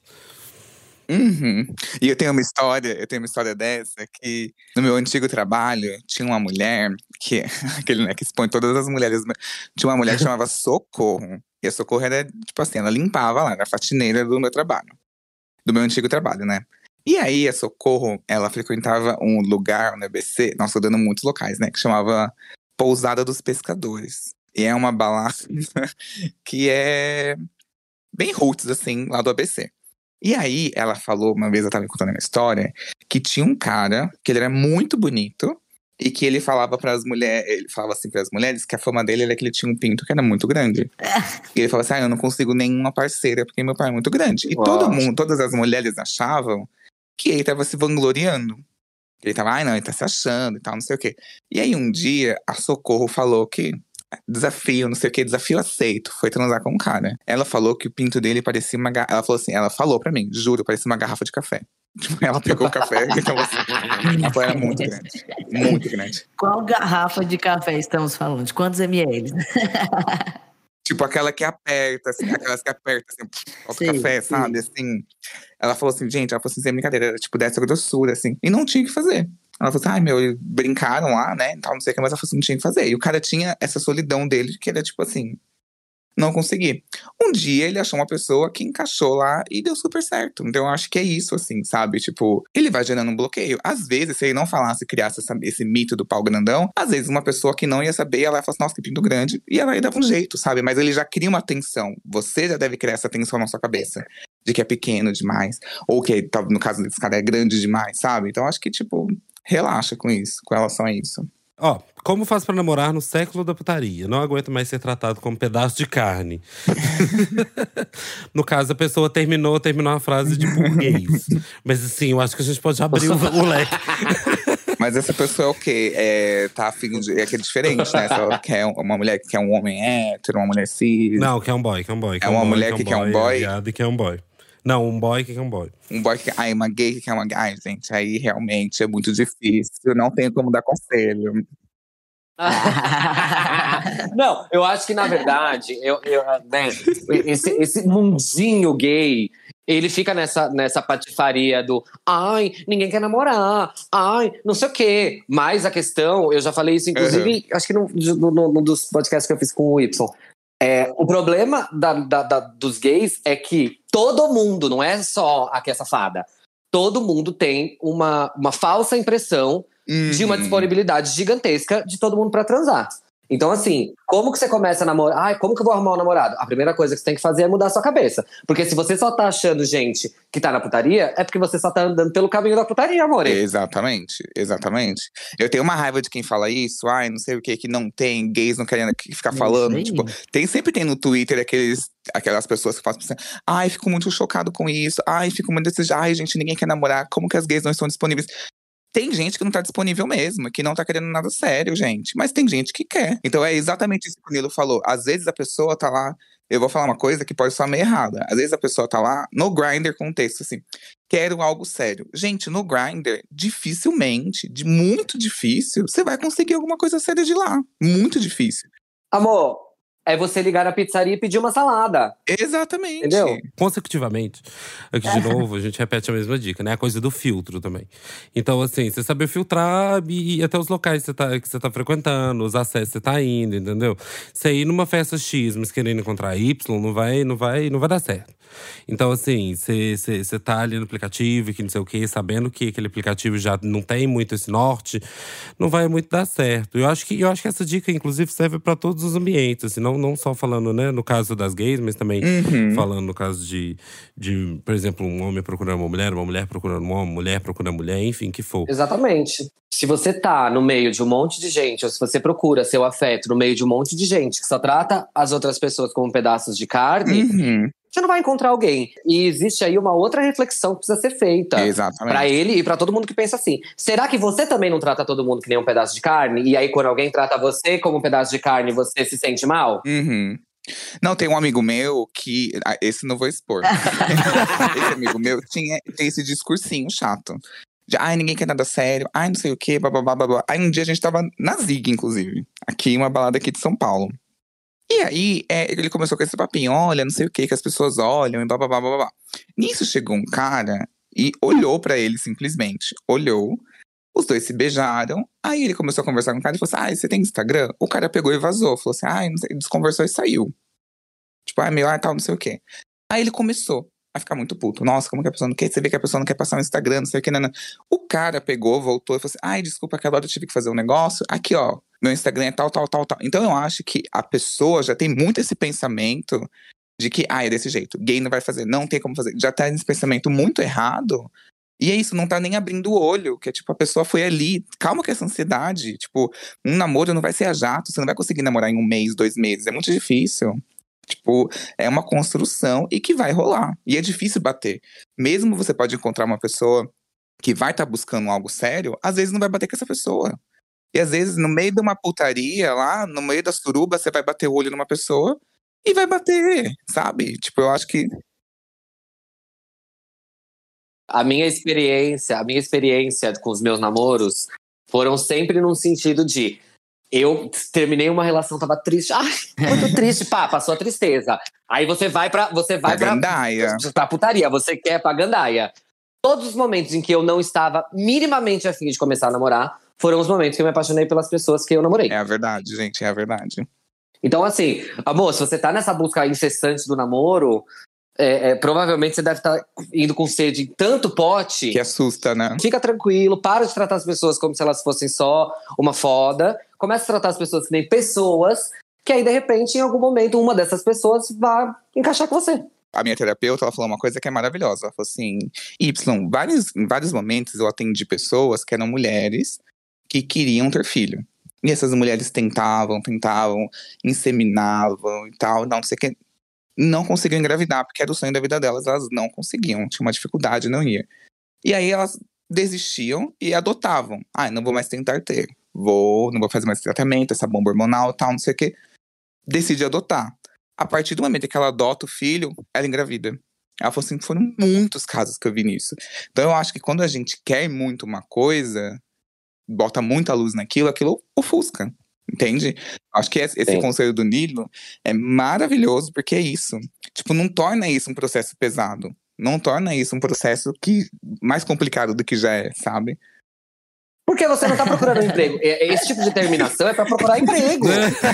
Uhum. E eu tenho uma história dessa que no meu antigo trabalho tinha uma mulher que, aquele, né, que expõe todas as mulheres, tinha uma mulher que chamava Socorro. E a Socorro era, tipo assim, ela limpava lá, era a faxineira do meu trabalho, do meu antigo trabalho, né? E aí a Socorro, ela frequentava um lugar no ABC, nossa, tô dando muitos locais, né, que chamava Pousada dos Pescadores. E é uma balada que é bem roots, assim, lá do ABC. E aí, ela falou, uma vez eu tava contando a minha história, que tinha um cara, que ele era muito bonito, e que ele falava pras mulheres, ele falava assim pras mulheres, que a fama dele era que ele tinha um pinto que era muito grande. E ele falava assim, eu não consigo nenhuma parceira, porque meu pai é muito grande. E todo mundo, todas as mulheres achavam que ele tava se vangloriando. Ele tava, não, ele tá se achando e tal, não sei o quê. E aí, um dia, a Socorro falou que… Desafio, não sei o que, desafio aceito. Foi transar com um cara. Ela falou que o pinto dele parecia uma garrafa. Ela falou assim, ela falou pra mim, juro, parecia uma garrafa de café. Ela pegou o café, então assim, ela era muito grande. Muito grande. Qual garrafa de café estamos falando? De quantos ml? Tipo aquela que aperta, assim, aquelas que aperta, assim, o café, sabe? Assim. Ela falou assim, gente, ela falou assim, sem brincadeira, era tipo dessa grossura, assim. E não tinha o que fazer. Ela falou assim, ai meu, brincaram lá, né, tal, não sei o que, mas ela falou assim, não tinha o que fazer. E o cara tinha essa solidão dele, que era tipo assim, não consegui. Um dia ele achou uma pessoa que encaixou lá e deu super certo. Então eu acho que é isso, assim, sabe? Tipo, ele vai gerando um bloqueio. Às vezes, se ele não falasse, criasse esse mito do pau grandão, às vezes uma pessoa que não ia saber, ela ia falar assim, nossa, que pinto grande. E ela ia dar um jeito, sabe? Mas ele já cria uma tensão. Você já deve criar essa tensão na sua cabeça. De que é pequeno demais. Ou que, no caso desse cara, é grande demais, sabe? Então acho que, tipo… Relaxa com isso, com relação a isso. Ó, como faz pra namorar no século da putaria? Não aguento mais ser tratado como pedaço de carne. No caso, a pessoa terminou a frase de burguês. Mas assim, eu acho que a gente pode abrir o leque. Mas essa pessoa é o quê? Tá afim de… É que é diferente, né? Se ela quer uma mulher que quer um homem hétero, uma mulher cis… Não, quer um boy, quer um boy. É uma mulher que quer um boy? Viado e quer um boy. Não, um boy que quer um boy. Um boy que… Ai, uma gay que quer uma… Ai, gente, aí realmente é muito difícil. Não tenho como dar conselho. Não, eu acho que, na verdade, né, esse mundinho gay, ele fica nessa patifaria do ai, ninguém quer namorar, ai, não sei o quê. Mas a questão, eu já falei isso, inclusive, acho que num dos podcasts que eu fiz com o Y. O problema dos gays é que todo mundo, não é só aqui a safada, todo mundo tem uma falsa impressão de uma disponibilidade gigantesca de todo mundo pra transar. Então, assim, como que você começa a namorar? Ai, como que eu vou arrumar um namorado? A primeira coisa que você tem que fazer é mudar a sua cabeça. Porque se você só tá achando gente que tá na putaria, é porque você só tá andando pelo caminho da putaria, amor. Exatamente, exatamente. Eu tenho uma raiva de quem fala isso, ai, não sei o que não tem, gays não querem ficar falando. Tipo, sempre tem no Twitter aquelas pessoas que falam assim, ai, fico muito chocado com isso, ai, fico muito desejado, ai, gente, ninguém quer namorar, como que as gays não estão disponíveis? Tem gente que não tá disponível mesmo, que não tá querendo nada sério, gente. Mas tem gente que quer. Então é exatamente isso que o Nilo falou. Às vezes a pessoa tá lá… Eu vou falar uma coisa que pode soar meio errada. Às vezes a pessoa tá lá no Grindr com um texto assim… Quero algo sério. Gente, no Grindr, dificilmente, muito difícil, você vai conseguir alguma coisa séria de lá. Muito difícil. Amor, é você ligar na pizzaria e pedir uma salada. Exatamente. Entendeu? Consecutivamente, aqui de novo, a gente repete a mesma dica, né? A coisa do filtro também. Então, assim, você saber filtrar e até os locais que você tá frequentando, os acessos que você tá indo, entendeu? Você ir numa festa X, mas querendo encontrar Y, não vai dar certo. Então, assim, você tá ali no aplicativo e que não sei o quê, sabendo que aquele aplicativo já não tem muito esse norte, não vai muito dar certo. Eu acho que essa dica, inclusive, serve para todos os ambientes, assim, não só falando, né, no caso das gays, mas também falando no caso de, por exemplo, um homem procurando uma mulher procurando um homem, mulher procurando mulher, enfim, que for. Exatamente. Se você tá no meio de um monte de gente, ou se você procura seu afeto no meio de um monte de gente que só trata as outras pessoas como pedaços de carne, você não vai encontrar alguém. E existe aí uma outra reflexão que precisa ser feita. Exatamente. Pra ele e pra todo mundo que pensa assim. Será que você também não trata todo mundo que nem um pedaço de carne? E aí, quando alguém trata você como um pedaço de carne, você se sente mal? Uhum. Não, tem um amigo meu que… esse não vou expor. Esse amigo meu tem esse discursinho chato. De, ai, ninguém quer nada sério. Ai, não sei o quê, blá, blá, blá, blá, blá. Aí um dia a gente tava na Zig, inclusive. Aqui, uma balada aqui de São Paulo. E aí, ele começou com esse papinho. Olha, não sei o quê, que as pessoas olham e blá, blá, blá, blá, blá. Nisso chegou um cara e olhou pra ele, simplesmente. Olhou. Os dois se beijaram. Aí ele começou a conversar com o cara e falou assim, você tem Instagram? O cara pegou e vazou. Falou assim, não sei, desconversou e saiu. Tipo, tal, não sei o quê. Aí ele começou a ficar muito puto. Nossa, como que a pessoa não quer? Você vê que a pessoa não quer passar no Instagram, não sei o que, não. O cara pegou, voltou e falou assim, desculpa, aquela hora eu tive que fazer um negócio. Aqui, ó, meu Instagram é tal, tal, tal, tal. Então eu acho que a pessoa já tem muito esse pensamento de que, é desse jeito, gay não vai fazer, não tem como fazer. Já tá nesse pensamento muito errado. E é isso, não tá nem abrindo o olho, que é tipo, a pessoa foi ali. Calma com essa ansiedade. Tipo, um namoro não vai ser a jato, você não vai conseguir namorar em 1 mês, 2 meses, é muito difícil. Tipo, é uma construção e que vai rolar. E é difícil bater. Mesmo você pode encontrar uma pessoa que vai estar buscando algo sério, às vezes não vai bater com essa pessoa. E às vezes, no meio de uma putaria lá, no meio da suruba, você vai bater o olho numa pessoa e vai bater, sabe? Tipo, eu acho que… A minha experiência com os meus namoros foram sempre num sentido de… Eu terminei uma relação, tava triste. Muito triste, passou a tristeza. Aí você vai pra gandaia. Pra putaria, você quer pra gandaia. Todos os momentos em que eu não estava minimamente afim de começar a namorar foram os momentos que eu me apaixonei pelas pessoas que eu namorei. É a verdade, gente, é a verdade. Então, assim, amor, se você tá nessa busca incessante do namoro, provavelmente você deve estar indo com sede em tanto pote… Que assusta, né? Fica tranquilo, para de tratar as pessoas como se elas fossem só uma foda. Começa a tratar as pessoas que nem pessoas, que aí, de repente, em algum momento, uma dessas pessoas vai encaixar com você. A minha terapeuta, ela falou uma coisa que é maravilhosa. Ela falou assim, em vários momentos eu atendi pessoas que eram mulheres que queriam ter filho. E essas mulheres tentavam, inseminavam e tal, não sei o que… Não conseguiam engravidar, porque era o sonho da vida delas, elas não conseguiam, tinha uma dificuldade, não ia. E aí elas desistiam e adotavam. Não vou mais tentar ter. Não vou fazer mais tratamento, essa bomba hormonal, tal, não sei o que. Decide adotar. A partir do momento que ela adota o filho, ela engravida. Ela falou assim, foram muitos casos que eu vi nisso. Então eu acho que quando a gente quer muito uma coisa, bota muita luz naquilo, aquilo ofusca. Entende? Acho que esse conselho do Nilo é maravilhoso, porque é isso. Tipo, não torna isso um processo pesado. Não torna isso um processo mais complicado do que já é, sabe? Porque você não tá procurando um emprego. Esse tipo de terminação é pra procurar emprego.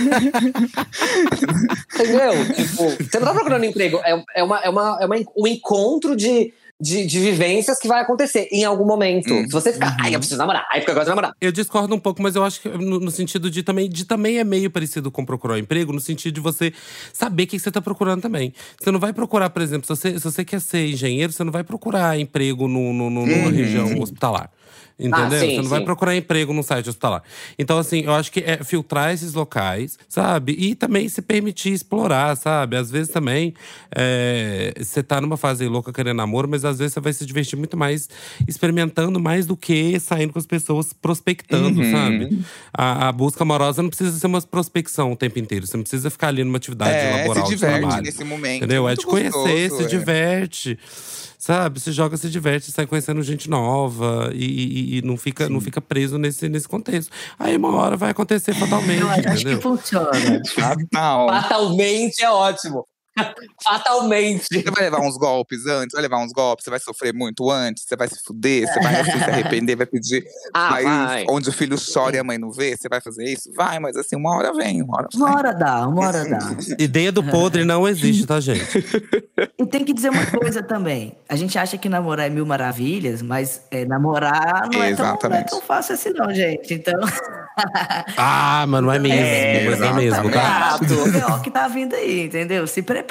Entendeu? Tipo, você não tá procurando emprego. É um encontro de vivências que vai acontecer em algum momento. Se você ficar, eu preciso namorar, aí fica agora de namorar. Eu discordo um pouco, mas eu acho que no sentido de também é meio parecido com procurar um emprego, no sentido de você saber o que você tá procurando também. Você não vai procurar, por exemplo, se você quer ser engenheiro, você não vai procurar emprego numa região hospitalar. Entendeu? Sim, você não vai procurar emprego num site hospitalar. Então, assim, eu acho que é filtrar esses locais, sabe? E também se permitir explorar, sabe? Às vezes também você tá numa fase louca querendo namoro, mas às vezes você vai se divertir muito mais experimentando mais do que saindo com as pessoas prospectando, sabe? A busca amorosa não precisa ser uma prospecção o tempo inteiro. Você não precisa ficar ali numa atividade laboral. Se diverte nesse momento. Entendeu? É de conhecer, gostoso, se diverte. Sabe, se joga, se diverte, sai conhecendo gente nova e não fica preso nesse contexto. Aí uma hora vai acontecer fatalmente, Eu acho entendeu? que funciona. Fatalmente é ótimo. Fatalmente. Você vai levar uns golpes antes, você vai sofrer muito antes, você vai se fuder, você vai assim, se arrepender, vai pedir. Vai. Onde o filho chora e a mãe não vê, você vai fazer isso? Vai, mas assim, uma hora vem, uma hora Uma hora dá. Ideia do podre não existe, tá, gente? E tem que dizer uma coisa também. A gente acha que namorar é mil maravilhas, mas namorar não é tão fácil assim não, gente. Então… Mas não é mesmo. Não é mesmo, tá? É o que tá vindo aí, entendeu? Se prepara.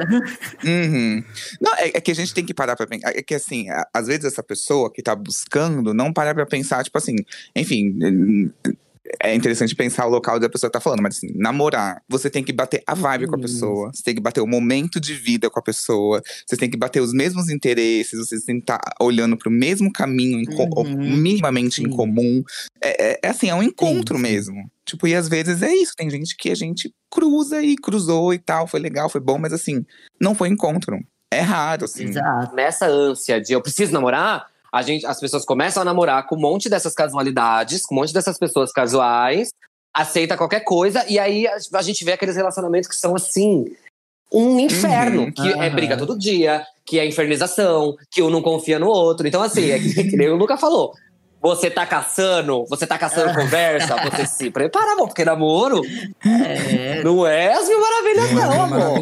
Não, é que a gente tem que parar pra pensar. É que assim, às vezes essa pessoa que tá buscando não para pra pensar, tipo assim, enfim, é interessante pensar o local onde a pessoa tá falando. Mas assim, namorar, você tem que bater a vibe com a pessoa. Você tem que bater o momento de vida com a pessoa. Você tem que bater os mesmos interesses. Você tem que estar olhando pro mesmo caminho, minimamente em comum. É assim, é um encontro mesmo. Tipo, e às vezes é isso. Tem gente que a gente cruza e cruzou e tal. Foi legal, foi bom. Mas assim, não foi encontro. É raro, assim. Exato. Nessa ânsia de eu preciso namorar, as pessoas começam a namorar com um monte dessas casualidades, com um monte dessas pessoas casuais, aceita qualquer coisa, e aí a gente vê aqueles relacionamentos que são assim, um inferno, que é briga todo dia, que é infernização, que um não confia no outro. Então, assim, é que nem o Luca falou. Você tá caçando conversa, você se prepara, amor, porque namoro não é as mil maravilhas, não, amor.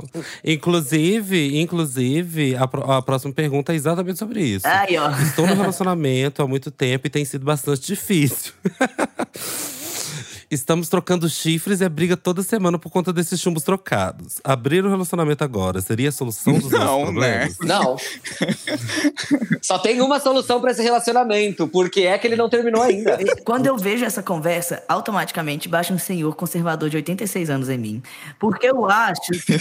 Inclusive, a próxima pergunta é exatamente sobre isso. Aí, ó. Estou no relacionamento há muito tempo e tem sido bastante difícil. Estamos trocando chifres e é briga toda semana por conta desses chumbos trocados. Abrir o relacionamento agora seria a solução dos nossos problemas? Né? Não. Só tem uma solução pra esse relacionamento, porque é que ele não terminou ainda. Quando eu vejo essa conversa, automaticamente baixa um senhor conservador de 86 anos em mim. Porque eu acho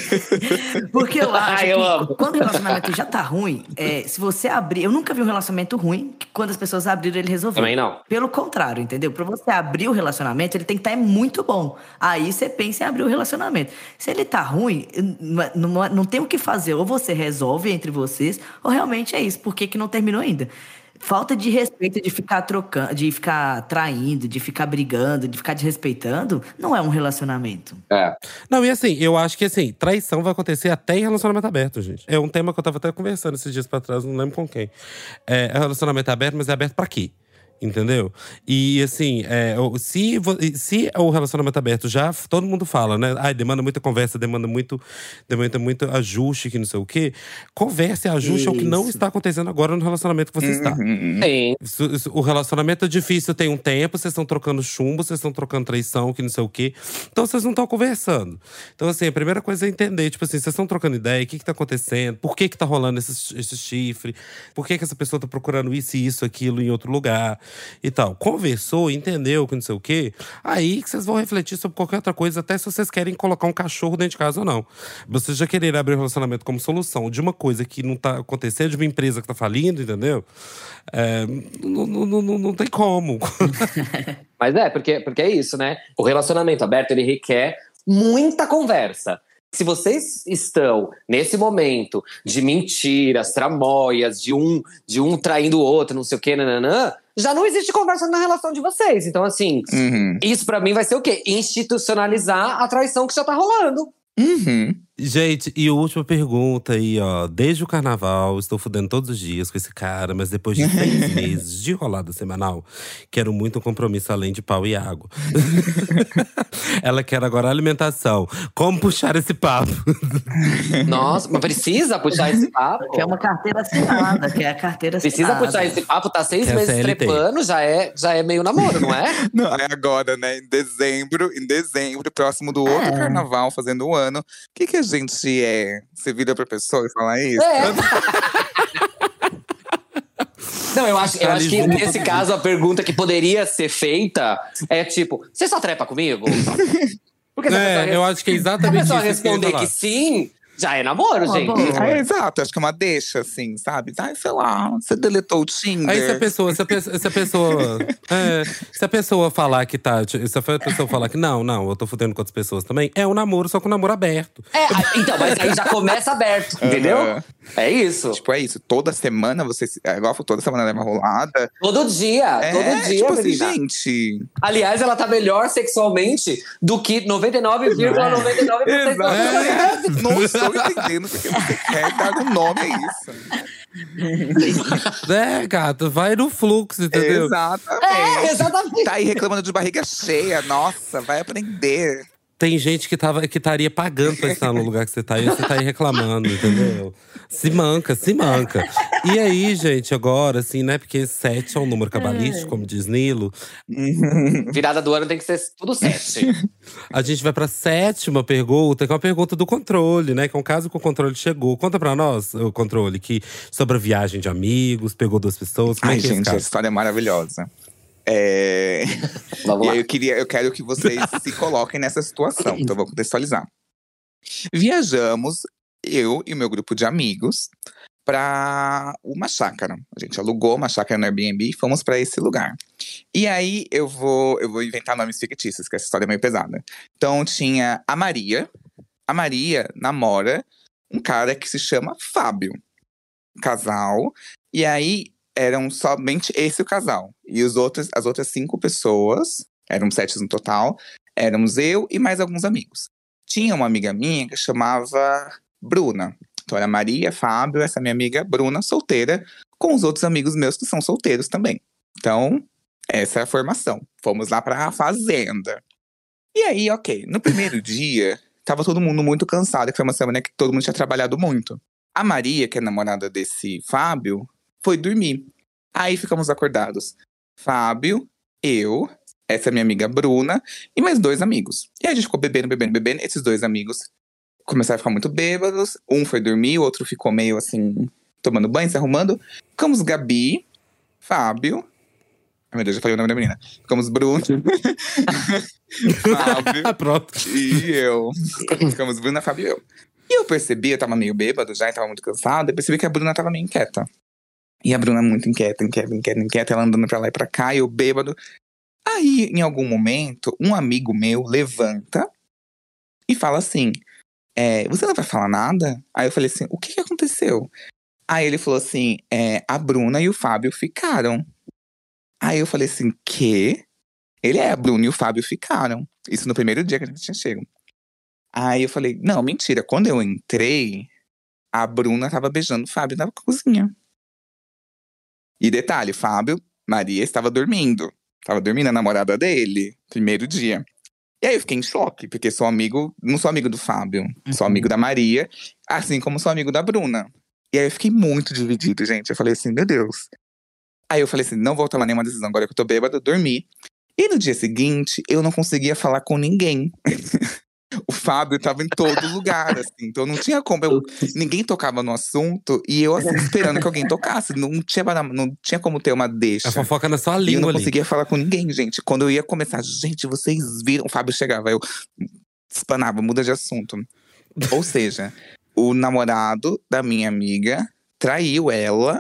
que quando o relacionamento já tá ruim, se você abrir… Eu nunca vi um relacionamento ruim que quando as pessoas abriram, ele resolveu. Também não. Pelo contrário, entendeu? Pra você abrir o relacionamento, ele tem que estar muito bom. Aí você pensa em abrir o relacionamento. Se ele tá ruim, não tem o que fazer. Ou você resolve entre vocês, ou realmente é isso. Por que não terminou ainda? Falta de respeito, de ficar trocando, de ficar traindo, de ficar brigando, de ficar desrespeitando, não é um relacionamento. Não, e assim, eu acho que assim, traição vai acontecer até em relacionamento aberto, gente. É um tema que eu tava até conversando esses dias pra trás, não lembro com quem. É relacionamento aberto, mas é aberto pra quê? Entendeu? E assim, se o relacionamento aberto já todo mundo fala, né? Demanda muita conversa, demanda muito ajuste, que não sei o quê. Conversa e ajuste é o que não está acontecendo agora no relacionamento que você está. Sim. O relacionamento é difícil, tem um tempo, vocês estão trocando chumbo, vocês estão trocando traição, que não sei o quê. Então vocês não estão conversando. Então, assim, a primeira coisa é entender, tipo assim, vocês estão trocando ideia, o que tá acontecendo, por que tá rolando esse chifre, por que essa pessoa tá procurando isso, aquilo em outro lugar. E tal. Conversou, entendeu que não sei o quê. Aí que vocês vão refletir sobre qualquer outra coisa, até se vocês querem colocar um cachorro dentro de casa ou não. Vocês já quererem abrir um relacionamento como solução de uma coisa que não tá acontecendo, de uma empresa que tá falindo, entendeu? Não tem como. Mas porque é isso, né? O relacionamento aberto, ele requer muita conversa. Se vocês estão nesse momento de mentiras, tramóias, de um traindo o outro, não sei o quê, nananã, já não existe conversa na relação de vocês. Então, assim, isso pra mim vai ser o quê? Institucionalizar a traição que já tá rolando. Gente, e a última pergunta aí, ó. Desde o carnaval, estou fudendo todos os dias com esse cara, mas depois de 6 meses de rolada semanal, quero muito um compromisso além de pau e água. Ela quer agora alimentação. Como puxar esse papo? Nossa, mas precisa puxar esse papo? Que é uma carteira assinada, que é a carteira assinada. Precisa puxar esse papo, tá 6 meses trepando, já é meio namoro, não é? Não, é agora, né? Em dezembro, próximo do outro carnaval, fazendo um ano. O que a gente é? Você vira pra pessoa e fala isso? Não, eu acho que nesse caso a pergunta que poderia ser feita é tipo, você só trepa comigo? Porque eu acho que é exatamente isso. Se a pessoa responder que sim, já é namoro, gente. Exato, acho que é uma deixa, assim, sabe? Sei lá, você deletou o Tinder. Aí se a pessoa falar que tá… Se a pessoa falar que não, eu tô fudendo com outras pessoas também, é um namoro, só com um namoro aberto. Então, mas aí já começa aberto, entendeu? É isso. Tipo, é isso. Toda semana você… igual toda semana leva rolada. Todo dia, tipo assim, gente… Aliás, ela tá melhor sexualmente do que 99,99%. Não estou entendendo porque você quer dar um nome a isso. Gato, vai no fluxo, entendeu? Exatamente. Tá aí reclamando de barriga cheia. Nossa, vai aprender. Tem gente que estaria pagando pra estar no lugar que você tá. E você tá aí reclamando, entendeu? Se manca. E aí, gente, agora, assim, né? Porque 7 é um número cabalístico, como diz Nilo. Virada do ano tem que ser tudo 7. A gente vai pra 7ª pergunta, que é uma pergunta do controle, né? Que é um caso que o controle chegou. Conta pra nós, o controle, que sobre a viagem de amigos, pegou 2 pessoas. Como é que gente, é a história é maravilhosa. Vamos E lá. aí eu quero que vocês se coloquem nessa situação. Então eu vou contextualizar. Viajamos, eu e meu grupo de amigos, pra uma chácara. A gente alugou uma chácara no Airbnb e fomos pra esse lugar. E aí eu vou inventar nomes fictícios, que essa história é meio pesada. Então tinha a Maria. A Maria namora um cara que se chama Fábio. Casal. E aí eram somente esse o casal. E as outras 5 pessoas, eram 7 no total, éramos eu e mais alguns amigos. Tinha uma amiga minha que chamava Bruna. Então era Maria, Fábio, essa minha amiga Bruna, solteira, com os outros amigos meus que são solteiros também. Então, essa é a formação. Fomos lá pra fazenda. E aí, ok, no primeiro dia, tava todo mundo muito cansado, que foi uma semana que todo mundo tinha trabalhado muito. A Maria, que é namorada desse Fábio, foi dormir. Aí ficamos acordados. Fábio, eu, essa minha amiga Bruna e mais 2 amigos. E aí a gente ficou bebendo. Esses 2 amigos começaram a ficar muito bêbados. Um foi dormir, o outro ficou meio assim, tomando banho, se arrumando. Ficamos Gabi, Fábio. Ai, meu Deus, já falei o nome da menina. Ficamos Bruna, Fábio Pronto. e eu. Ficamos Bruna, Fábio e eu. E eu percebi, eu tava meio bêbado já, e tava muito cansado. Eu percebi que a Bruna tava meio inquieta. E a Bruna muito inquieta, ela andando pra lá e pra cá, e eu bêbado. Aí, em algum momento, um amigo meu levanta e fala assim, você não vai falar nada? Aí eu falei assim, o que aconteceu? Aí ele falou assim, a Bruna e o Fábio ficaram. Aí eu falei assim, quê? A Bruna e o Fábio ficaram. Isso no primeiro dia que a gente tinha chego. Aí eu falei, não, mentira. Quando eu entrei, a Bruna tava beijando o Fábio na cozinha. E detalhe, Fábio, Maria estava dormindo. Tava dormindo a namorada dele, primeiro dia. E aí eu fiquei em choque, porque não sou amigo do Fábio, sou amigo da Maria, assim como sou amigo da Bruna. E aí eu fiquei muito dividido, gente. Eu falei assim, meu Deus. Aí eu falei assim, não vou tomar nenhuma decisão, agora que eu tô bêbada, eu dormi. E no dia seguinte, eu não conseguia falar com ninguém. O Fábio tava em todo lugar, assim. Então não tinha como. Ninguém tocava no assunto. E eu, assim, esperando que alguém tocasse. Não tinha como ter uma deixa. A fofoca na sua E eu língua não ali. conseguia falar com ninguém, gente. Quando eu ia começar, gente, vocês viram? O Fábio chegava, eu espanava, muda de assunto. Ou seja, o namorado da minha amiga traiu ela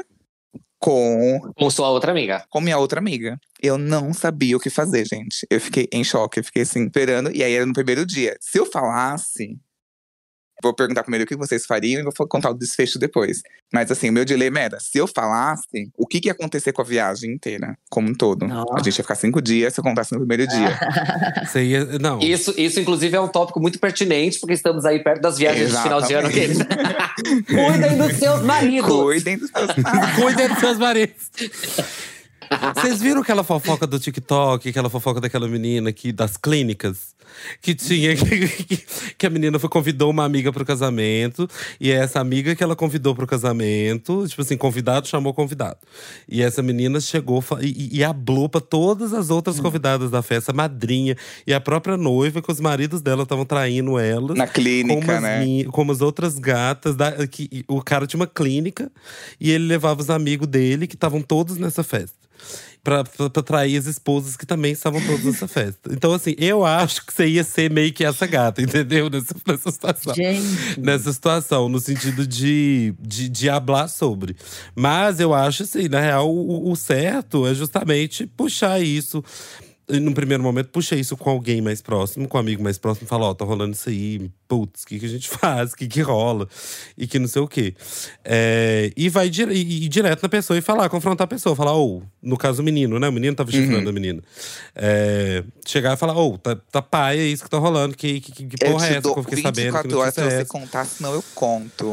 com sua outra amiga. com minha outra amiga. Eu não sabia o que fazer, gente. Eu fiquei em choque, eu fiquei assim, esperando. E aí era no primeiro dia. Se eu falasse, vou perguntar primeiro o que vocês fariam e vou contar o desfecho depois. Mas assim, o meu dilema era, se eu falasse, o que ia acontecer com a viagem inteira, como um todo? Nossa. A gente ia ficar 5 dias se eu contasse no primeiro dia. Você ia. Não. Isso, inclusive, é um tópico muito pertinente, porque estamos aí perto das viagens de final de ano. Cuidem dos seus maridos! Cuidem dos seus maridos. Cuidem dos seus maridos. Vocês viram aquela fofoca do TikTok, aquela fofoca daquela menina das clínicas? Que tinha que a menina convidou uma amiga pro casamento. E é essa amiga que ela convidou pro casamento, tipo assim, convidado chamou convidado. E essa menina chegou e hablou pra todas as outras convidadas da festa, a madrinha e a própria noiva, que os maridos dela estavam traindo elas. Na clínica, Como as outras gatas. O cara tinha uma clínica e ele levava os amigos dele, que estavam todos nessa festa. Pra trair as esposas que também estavam todas nessa festa. Então, assim, eu acho que você ia ser meio que essa gata, entendeu? Nessa situação. Gente. Nessa situação, no sentido de hablar sobre. Mas eu acho, assim, na real, o certo é justamente puxar isso. Num primeiro momento, puxa isso com alguém mais próximo, com um amigo mais próximo. Fala, tá rolando isso aí. Putz, o que a gente faz? O que rola? E que não sei o quê. E vai ir direto na pessoa e falar, confrontar a pessoa. Falar, no caso o menino, né? O menino tava chifrando a menina. Chegar e falar, tá paia, é isso que tá rolando. Que porra é essa que eu fiquei sabendo? 24 horas pra você contar, senão eu conto.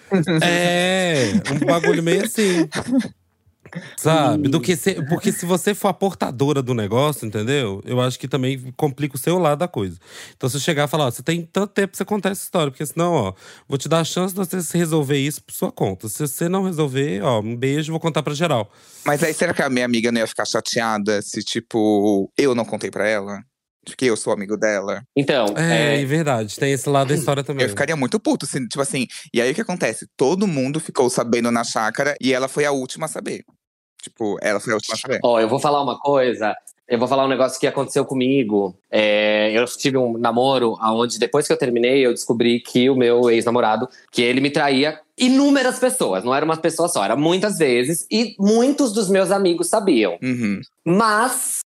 Um bagulho meio assim. Sabe? Porque se você for a portadora do negócio, entendeu? Eu acho que também complica o seu lado da coisa. Então, se eu chegar e falar, você tem tanto tempo pra você contar essa história. Porque senão, vou te dar a chance de você resolver isso por sua conta. Se você não resolver, um beijo, vou contar pra geral. Mas aí, será que a minha amiga não ia ficar chateada se, tipo, eu não contei pra ela? Porque eu sou amigo dela. Então, é verdade. Tem esse lado da história também. Eu ficaria muito puto, tipo assim. E aí, o que acontece? Todo mundo ficou sabendo na chácara e ela foi a última a saber. Tipo, ela foi a última a saber. Ó, eu vou falar uma coisa. Eu vou falar um negócio que aconteceu comigo. Eu tive um namoro onde, depois que eu terminei, eu descobri que o meu ex-namorado, que ele me traía inúmeras pessoas. Não era uma pessoa só, era muitas vezes. E muitos dos meus amigos sabiam. Uhum. Mas,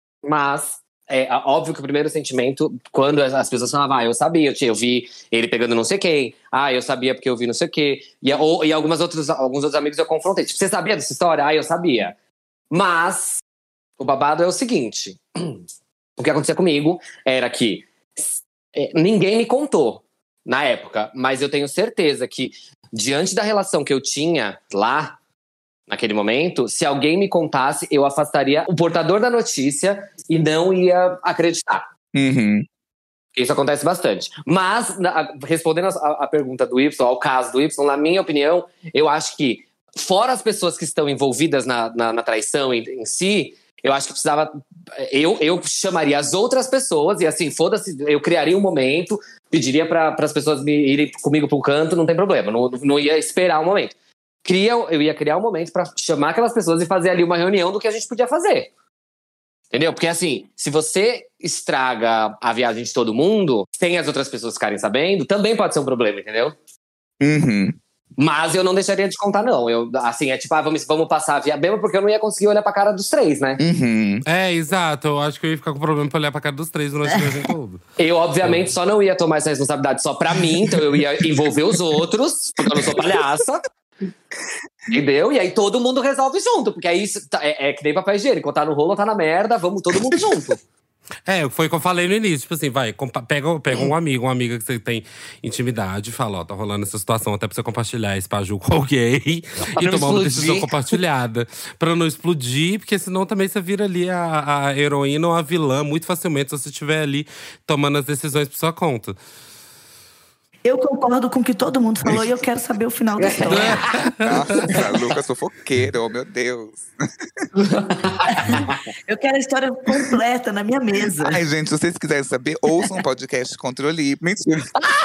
óbvio que o primeiro sentimento, quando as pessoas falavam, eu sabia, eu vi ele pegando não sei quem. Eu sabia porque eu vi não sei o quê. E alguns outros amigos eu confrontei. Tipo, você sabia dessa história? Eu sabia. Mas o babado é o seguinte. O que acontecia comigo era que ninguém me contou na época. Mas eu tenho certeza que, diante da relação que eu tinha lá, naquele momento, se alguém me contasse, eu afastaria o portador da notícia e não ia acreditar. Uhum. Isso acontece bastante. Mas, respondendo a pergunta do Y, ao caso do Y, na minha opinião, eu acho que, fora as pessoas que estão envolvidas na traição em si, eu acho que precisava… Eu chamaria as outras pessoas e assim, foda-se, eu criaria um momento, pediria para as pessoas me irem comigo para um canto, não tem problema, não ia esperar um momento. Eu ia criar um momento pra chamar aquelas pessoas e fazer ali uma reunião do que a gente podia fazer. Entendeu? Porque assim, se você estraga a viagem de todo mundo, sem as outras pessoas ficarem sabendo, também pode ser um problema, entendeu? Uhum. Mas eu não deixaria de contar, não. Vamos passar a viagem, mesmo porque eu não ia conseguir olhar pra cara dos três, né? Uhum. Exato. Eu acho que eu ia ficar com problema pra olhar pra cara dos três durante a viagem toda. Eu, obviamente, só não ia tomar essa responsabilidade só pra mim, então eu ia envolver os outros, porque eu não sou palhaça. Entendeu? E aí todo mundo resolve junto, porque aí é que nem papel higiênico. Ou tá no rolo ou tá na merda, vamos todo mundo junto. Foi o que eu falei no início. Tipo assim, pega um amigo, uma amiga que você tem intimidade. Fala, tá rolando essa situação até pra você compartilhar esse paju com alguém. E tomar uma decisão compartilhada. Pra não explodir, porque senão também você vira ali a heroína ou a vilã muito facilmente se você estiver ali tomando as decisões por sua conta. Eu concordo com o que todo mundo falou e eu quero saber o final da história. Nossa, Lucas fofoqueiro, oh meu Deus. Eu quero a história completa na minha mesa. Ai, gente, se vocês quiserem saber, ouçam um podcast Controle. Mentira.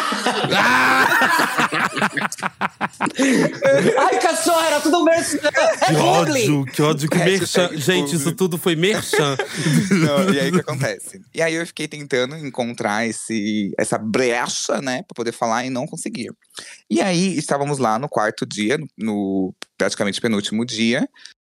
Ai, cachorro, era tudo merchan. Que ódio que merchan. Gente, isso tudo foi merchan. Não, e aí o que acontece? E aí eu fiquei tentando encontrar essa brecha, né, pra poder falar e não conseguia. E aí estávamos lá no quarto dia, no praticamente penúltimo dia.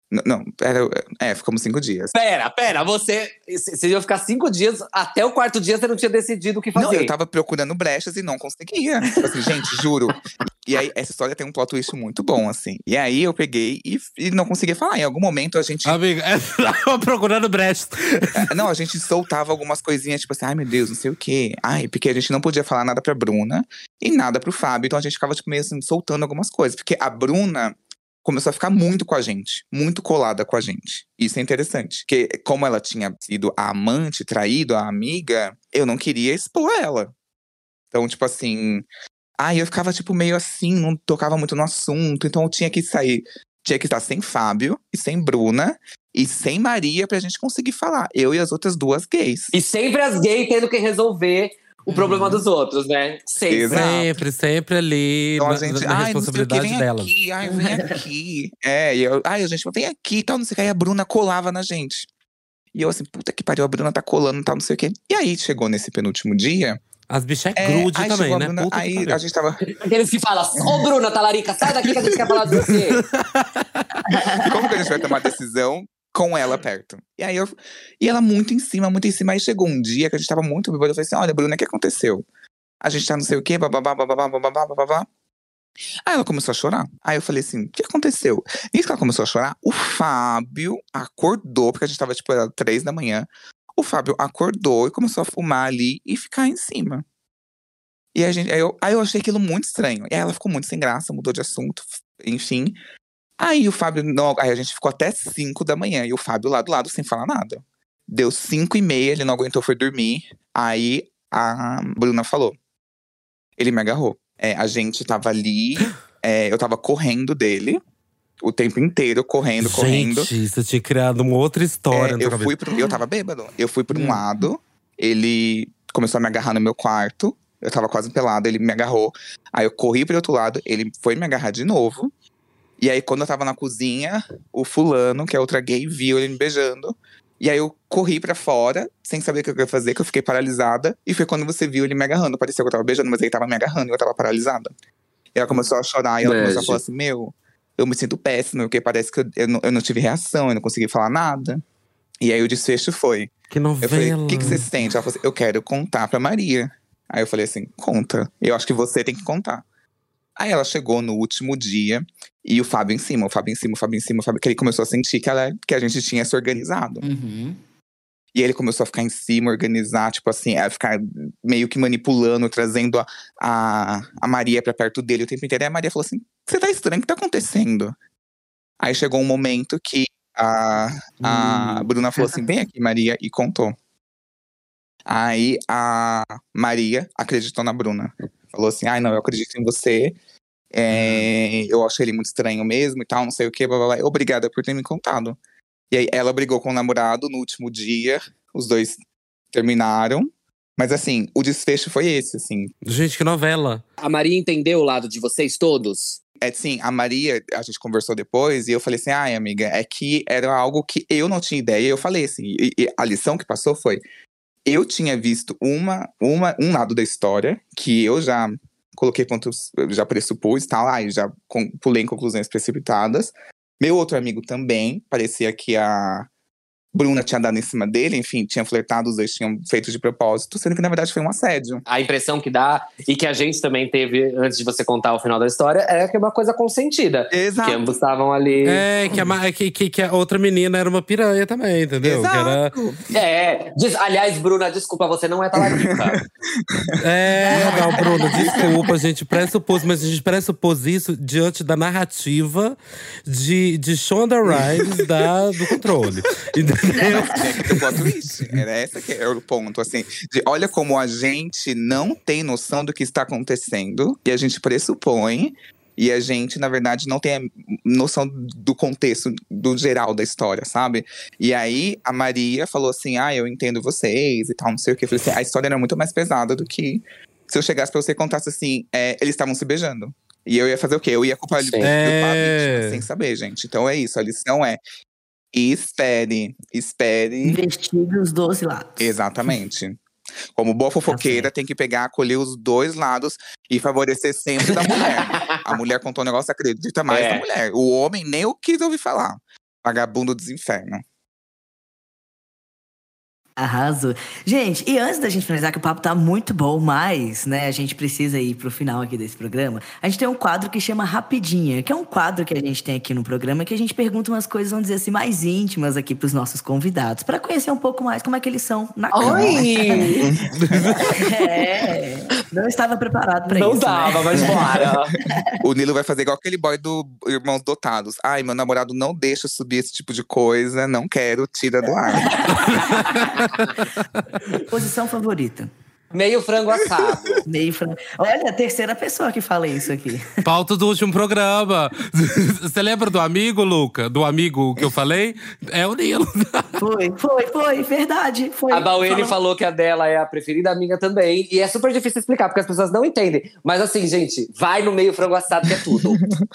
Ficamos 5 dias. Pera, você ia ficar 5 dias, até o quarto dia você não tinha decidido o que fazer. Não, eu tava procurando brechas e não conseguia. Tipo assim, gente, juro. E aí, essa história tem um plot twist muito bom, assim. E aí, eu peguei e não conseguia falar. Em algum momento, a gente… Amiga, tava procurando brechas. Não, a gente soltava algumas coisinhas, tipo assim… Ai, meu Deus, não sei o quê. Ai, porque a gente não podia falar nada pra Bruna e nada pro Fábio. Então, a gente ficava, tipo, meio assim, soltando algumas coisas. Porque a Bruna começou a ficar muito com a gente, muito colada com a gente. Isso é interessante. Porque como ela tinha sido a amante, traído, a amiga, eu não queria expor ela. Então, tipo assim… eu ficava, tipo, meio assim, não tocava muito no assunto. Então, eu tinha que estar sem Fábio e sem Bruna e sem Maria pra gente conseguir falar. Eu e as outras 2 gays. E sempre as gays tendo que resolver o problema dos outros, né? Sempre ali, então, a gente, na responsabilidade dela. Vem aqui. A gente vem aqui e tal, não sei o que. Aí a Bruna colava na gente. E eu assim, puta que pariu, a Bruna tá colando e tal, não sei o que. E aí, chegou nesse penúltimo dia… As bichas grude também, né? Bruna, aí a gente tava… Aqueles que falam, Bruna, talarica, sai daqui que a gente quer falar de você. Como que a gente vai tomar decisão com ela perto? E ela muito em cima. Aí chegou um dia que a gente tava muito bêbado. Eu falei assim, olha, Bruna, o que aconteceu? A gente tá não sei o quê, babá. Aí ela começou a chorar. Aí eu falei assim, o que aconteceu? Nisso que ela começou a chorar, o Fábio acordou, porque a gente tava, tipo, era 3 da manhã. O Fábio acordou e começou a fumar ali e ficar em cima. E aí eu achei aquilo muito estranho. E aí ela ficou muito sem graça, mudou de assunto, enfim. Aí o Fábio, aí a gente ficou até 5 da manhã. E o Fábio lá do lado sem falar nada. Deu 5:30, ele não aguentou, foi dormir. Aí a Bruna falou. Ele me agarrou. A gente tava ali, eu tava correndo dele. O tempo inteiro, correndo. Gente, você tinha criado uma outra história. Eu tava bêbado. Eu fui pra um lado, ele começou a me agarrar no meu quarto. Eu tava quase pelado, ele me agarrou. Aí eu corri pro outro lado, ele foi me agarrar de novo. E aí, quando eu tava na cozinha, o fulano, que é outra gay, viu ele me beijando. E aí eu corri pra fora, sem saber o que eu ia fazer, que eu fiquei paralisada. E foi quando você viu ele me agarrando. Parecia que eu tava beijando, mas ele tava me agarrando e eu tava paralisada. E ela começou a chorar e ela começou a falar assim, eu me sinto péssima, porque parece que eu não tive reação, eu não consegui falar nada. E aí o desfecho foi… Que novela. Eu falei, o que você sente? Ela falou assim, eu quero contar pra Maria. Aí eu falei assim, conta. Eu acho que você tem que contar. Aí ela chegou no último dia, e o Fábio em cima, que ele começou a sentir que a gente tinha se organizado. Uhum. E ele começou a ficar em cima, organizar, tipo assim, a ficar meio que manipulando, trazendo a Maria pra perto dele o tempo inteiro. E a Maria falou assim, você tá estranho, o que tá acontecendo? Aí chegou um momento que a Bruna falou assim, vem aqui, Maria, e contou. Aí a Maria acreditou na Bruna. Falou assim, não, eu acredito em você. Eu achei ele muito estranho mesmo e tal, não sei o que, blá, blá, blá. Obrigada por ter me contado. E aí ela brigou com o namorado no último dia, os dois terminaram. Mas assim, o desfecho foi esse, assim. Gente, que novela. A Maria entendeu o lado de vocês todos? Sim, a Maria, a gente conversou depois e eu falei assim, amiga, é que era algo que eu não tinha ideia. E eu falei assim, e a lição que passou foi… Eu tinha visto um lado da história, que eu já coloquei pontos, já pressupus, tá? E já pulei em conclusões precipitadas. Meu outro amigo também, parecia que a Bruna tinha dado em cima dele, enfim, tinha flertado, os dois tinham feito de propósito, sendo que na verdade foi um assédio. A impressão que dá, e que a gente também teve antes de você contar o final da história, é que é uma coisa consentida. Exato. Que ambos estavam ali… Que a outra menina era uma piranha também, entendeu? Exato. Que era… aliás, Bruna, desculpa, você não é talarica. Não, Bruno, desculpa, a gente pressupôs, mas a gente pressupôs isso diante da narrativa de Shonda Rhimes do Controle. O plot twist. Era esse que era o ponto, assim. Olha como a gente não tem noção do que está acontecendo. E a gente pressupõe. E a gente, na verdade, não tem a noção do contexto, do geral da história, sabe? E aí, a Maria falou assim, eu entendo vocês e tal, não sei o quê. Eu falei assim, a história era muito mais pesada do que… Se eu chegasse pra você e contasse assim, eles estavam se beijando. E eu ia fazer o quê? Eu ia culpar ele sem saber, gente. Então é isso, a lição é… Espere. Investigue os 12 lados. Exatamente. Como boa fofoqueira, tem que acolher os dois lados e favorecer sempre da mulher. A mulher contou um negócio, acredita mais na mulher. O homem nem eu quis ouvir falar. Vagabundo dos infernos. Arrasou. Gente, e antes da gente finalizar, que o papo tá muito bom, mas, né, a gente precisa ir pro final aqui desse programa. A gente tem um quadro que chama Rapidinha, que é um quadro que a gente tem aqui no programa, que a gente pergunta umas coisas, vamos dizer assim, mais íntimas aqui pros nossos convidados, pra conhecer um pouco mais como é que eles são na cama. Oi! Não estava preparado pra isso. Não dava, mas bora. O Nilo vai fazer igual aquele boy do Irmãos Dotados. Ai, meu namorado não deixa eu subir esse tipo de coisa, não quero, tira do ar. Posição favorita? Meio frango assado. Meio frango. Olha, a terceira pessoa que fala isso aqui. Pauta do último programa. Você lembra do amigo, Luca? Do amigo que eu falei? É o Nilo. Foi, verdade. Foi. A Bauene falou que a dela é a preferida, a minha também. E é super difícil explicar, porque as pessoas não entendem. Mas assim, gente, vai no meio frango assado que é tudo.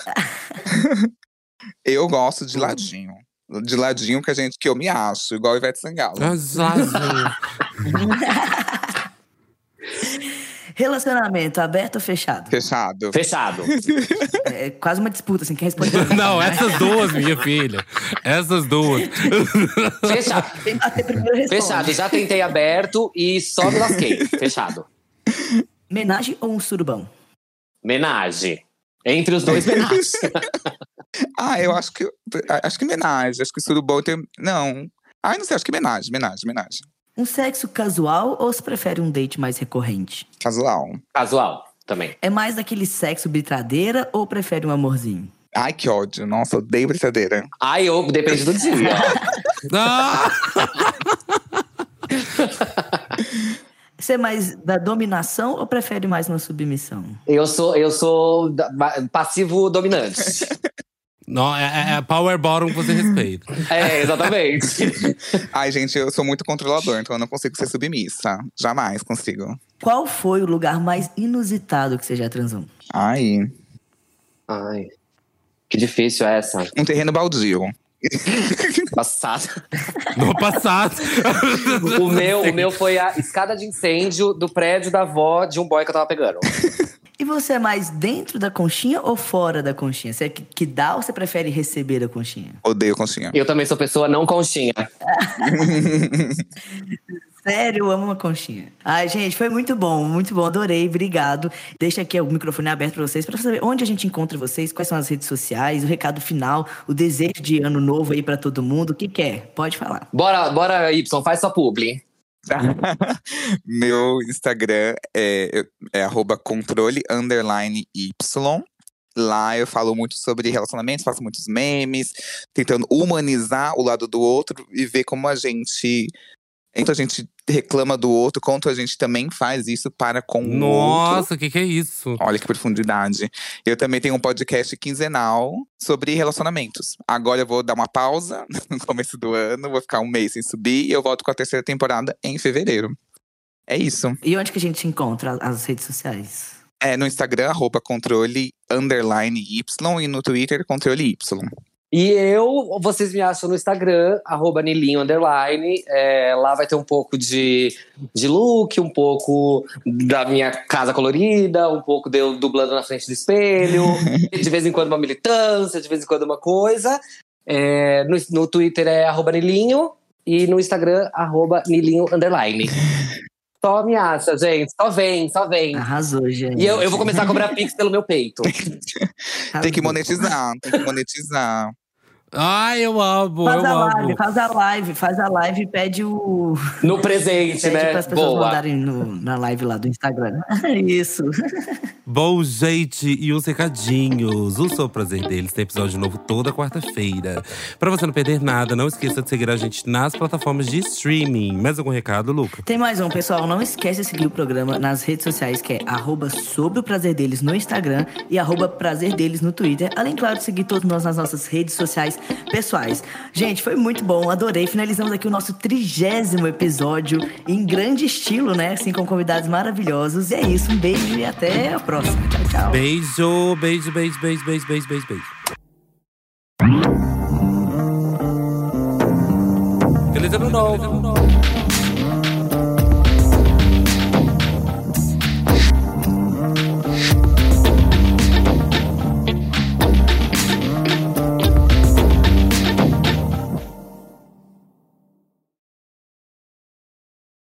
Eu gosto de ladinho. De ladinho que eu me acho, igual a Ivete Sangalo. Relacionamento aberto ou fechado? Fechado. É quase uma disputa, assim, quem responde. Não, essas duas, minha filha. Essas duas. Fechado. Quem bater primeiro responde. Fechado. Já tentei aberto e só me lasquei. Fechado. Menagem ou um surubão? Menagem. Entre os dois, menagem. Eu acho que menagem. Acho que surubão tem… Não. Não sei, acho que menagem. Um sexo casual ou se prefere um date mais recorrente? Casual também. É mais daquele sexo britadeira ou prefere um amorzinho? Ai, que ódio. Nossa, odeio britadeira. Depende do dia. Você é mais da dominação ou prefere mais uma submissão? Eu sou passivo dominante. Não, é power bottom que você respeita. Exatamente. Ai, gente, eu sou muito controlador, então eu não consigo ser submissa. Jamais consigo. Qual foi o lugar mais inusitado que você já transou? Ai. Que difícil é essa. Um terreno baldio. Passado. No passado. O meu foi a escada de incêndio do prédio da avó de um boy que eu tava pegando. E você é mais dentro da conchinha ou fora da conchinha? Você é que dá ou você prefere receber a conchinha? Odeio conchinha. Eu também sou pessoa não conchinha. Sério, eu amo uma conchinha. Ai, gente, foi muito bom, adorei, obrigado. Deixa aqui o microfone aberto pra vocês, pra saber onde a gente encontra vocês, quais são as redes sociais, o recado final, o desejo de ano novo aí pra todo mundo, o que quer? Pode falar. Bora, Y, faz sua publi. Meu Instagram é @controle_y. Lá eu falo muito sobre relacionamentos, faço muitos memes, tentando humanizar o lado do outro e ver como a gente reclama do outro, quanto a gente também faz isso para com o outro. Nossa, o que é isso? Olha que profundidade. Eu também tenho um podcast quinzenal sobre relacionamentos. Agora eu vou dar uma pausa no começo do ano, vou ficar um mês sem subir e eu volto com a terceira temporada em fevereiro. É isso. E onde que a gente encontra as redes sociais? No Instagram, @controle_y e no Twitter, controle_y. E vocês me acham no Instagram, @Nilinho_. Lá vai ter um pouco de look, um pouco da minha casa colorida, um pouco de eu dublando na frente do espelho. De vez em quando uma militância, de vez em quando uma coisa. No Twitter é @Nilinho e no Instagram, @Nilinho_. Só me acha, gente. Só vem. Arrasou, gente. E eu vou começar a cobrar Pix pelo meu peito. Tem que monetizar. Ai, eu amo, Faz a live e pede o… No presente, pede né? para as pessoas Boa. mandarem na live lá do Instagram. Isso. Bom, gente, e uns recadinhos. O Sou Prazer Deles tem episódio novo toda quarta-feira. Pra você não perder nada, não esqueça de seguir a gente nas plataformas de streaming. Mais algum recado, Luca? Tem mais um, pessoal. Não esquece de seguir o programa nas redes sociais, que é @Sobre o Prazer Deles no Instagram e @Prazer Deles no Twitter. Além, claro, de seguir todos nós nas nossas redes sociais pessoais. Gente, foi muito bom, adorei. Finalizamos aqui o nosso 30º episódio em grande estilo, né? Assim, com convidados maravilhosos. E é isso, um beijo e até a próxima. Tchau, tchau. Beijo. Feliz ano novo.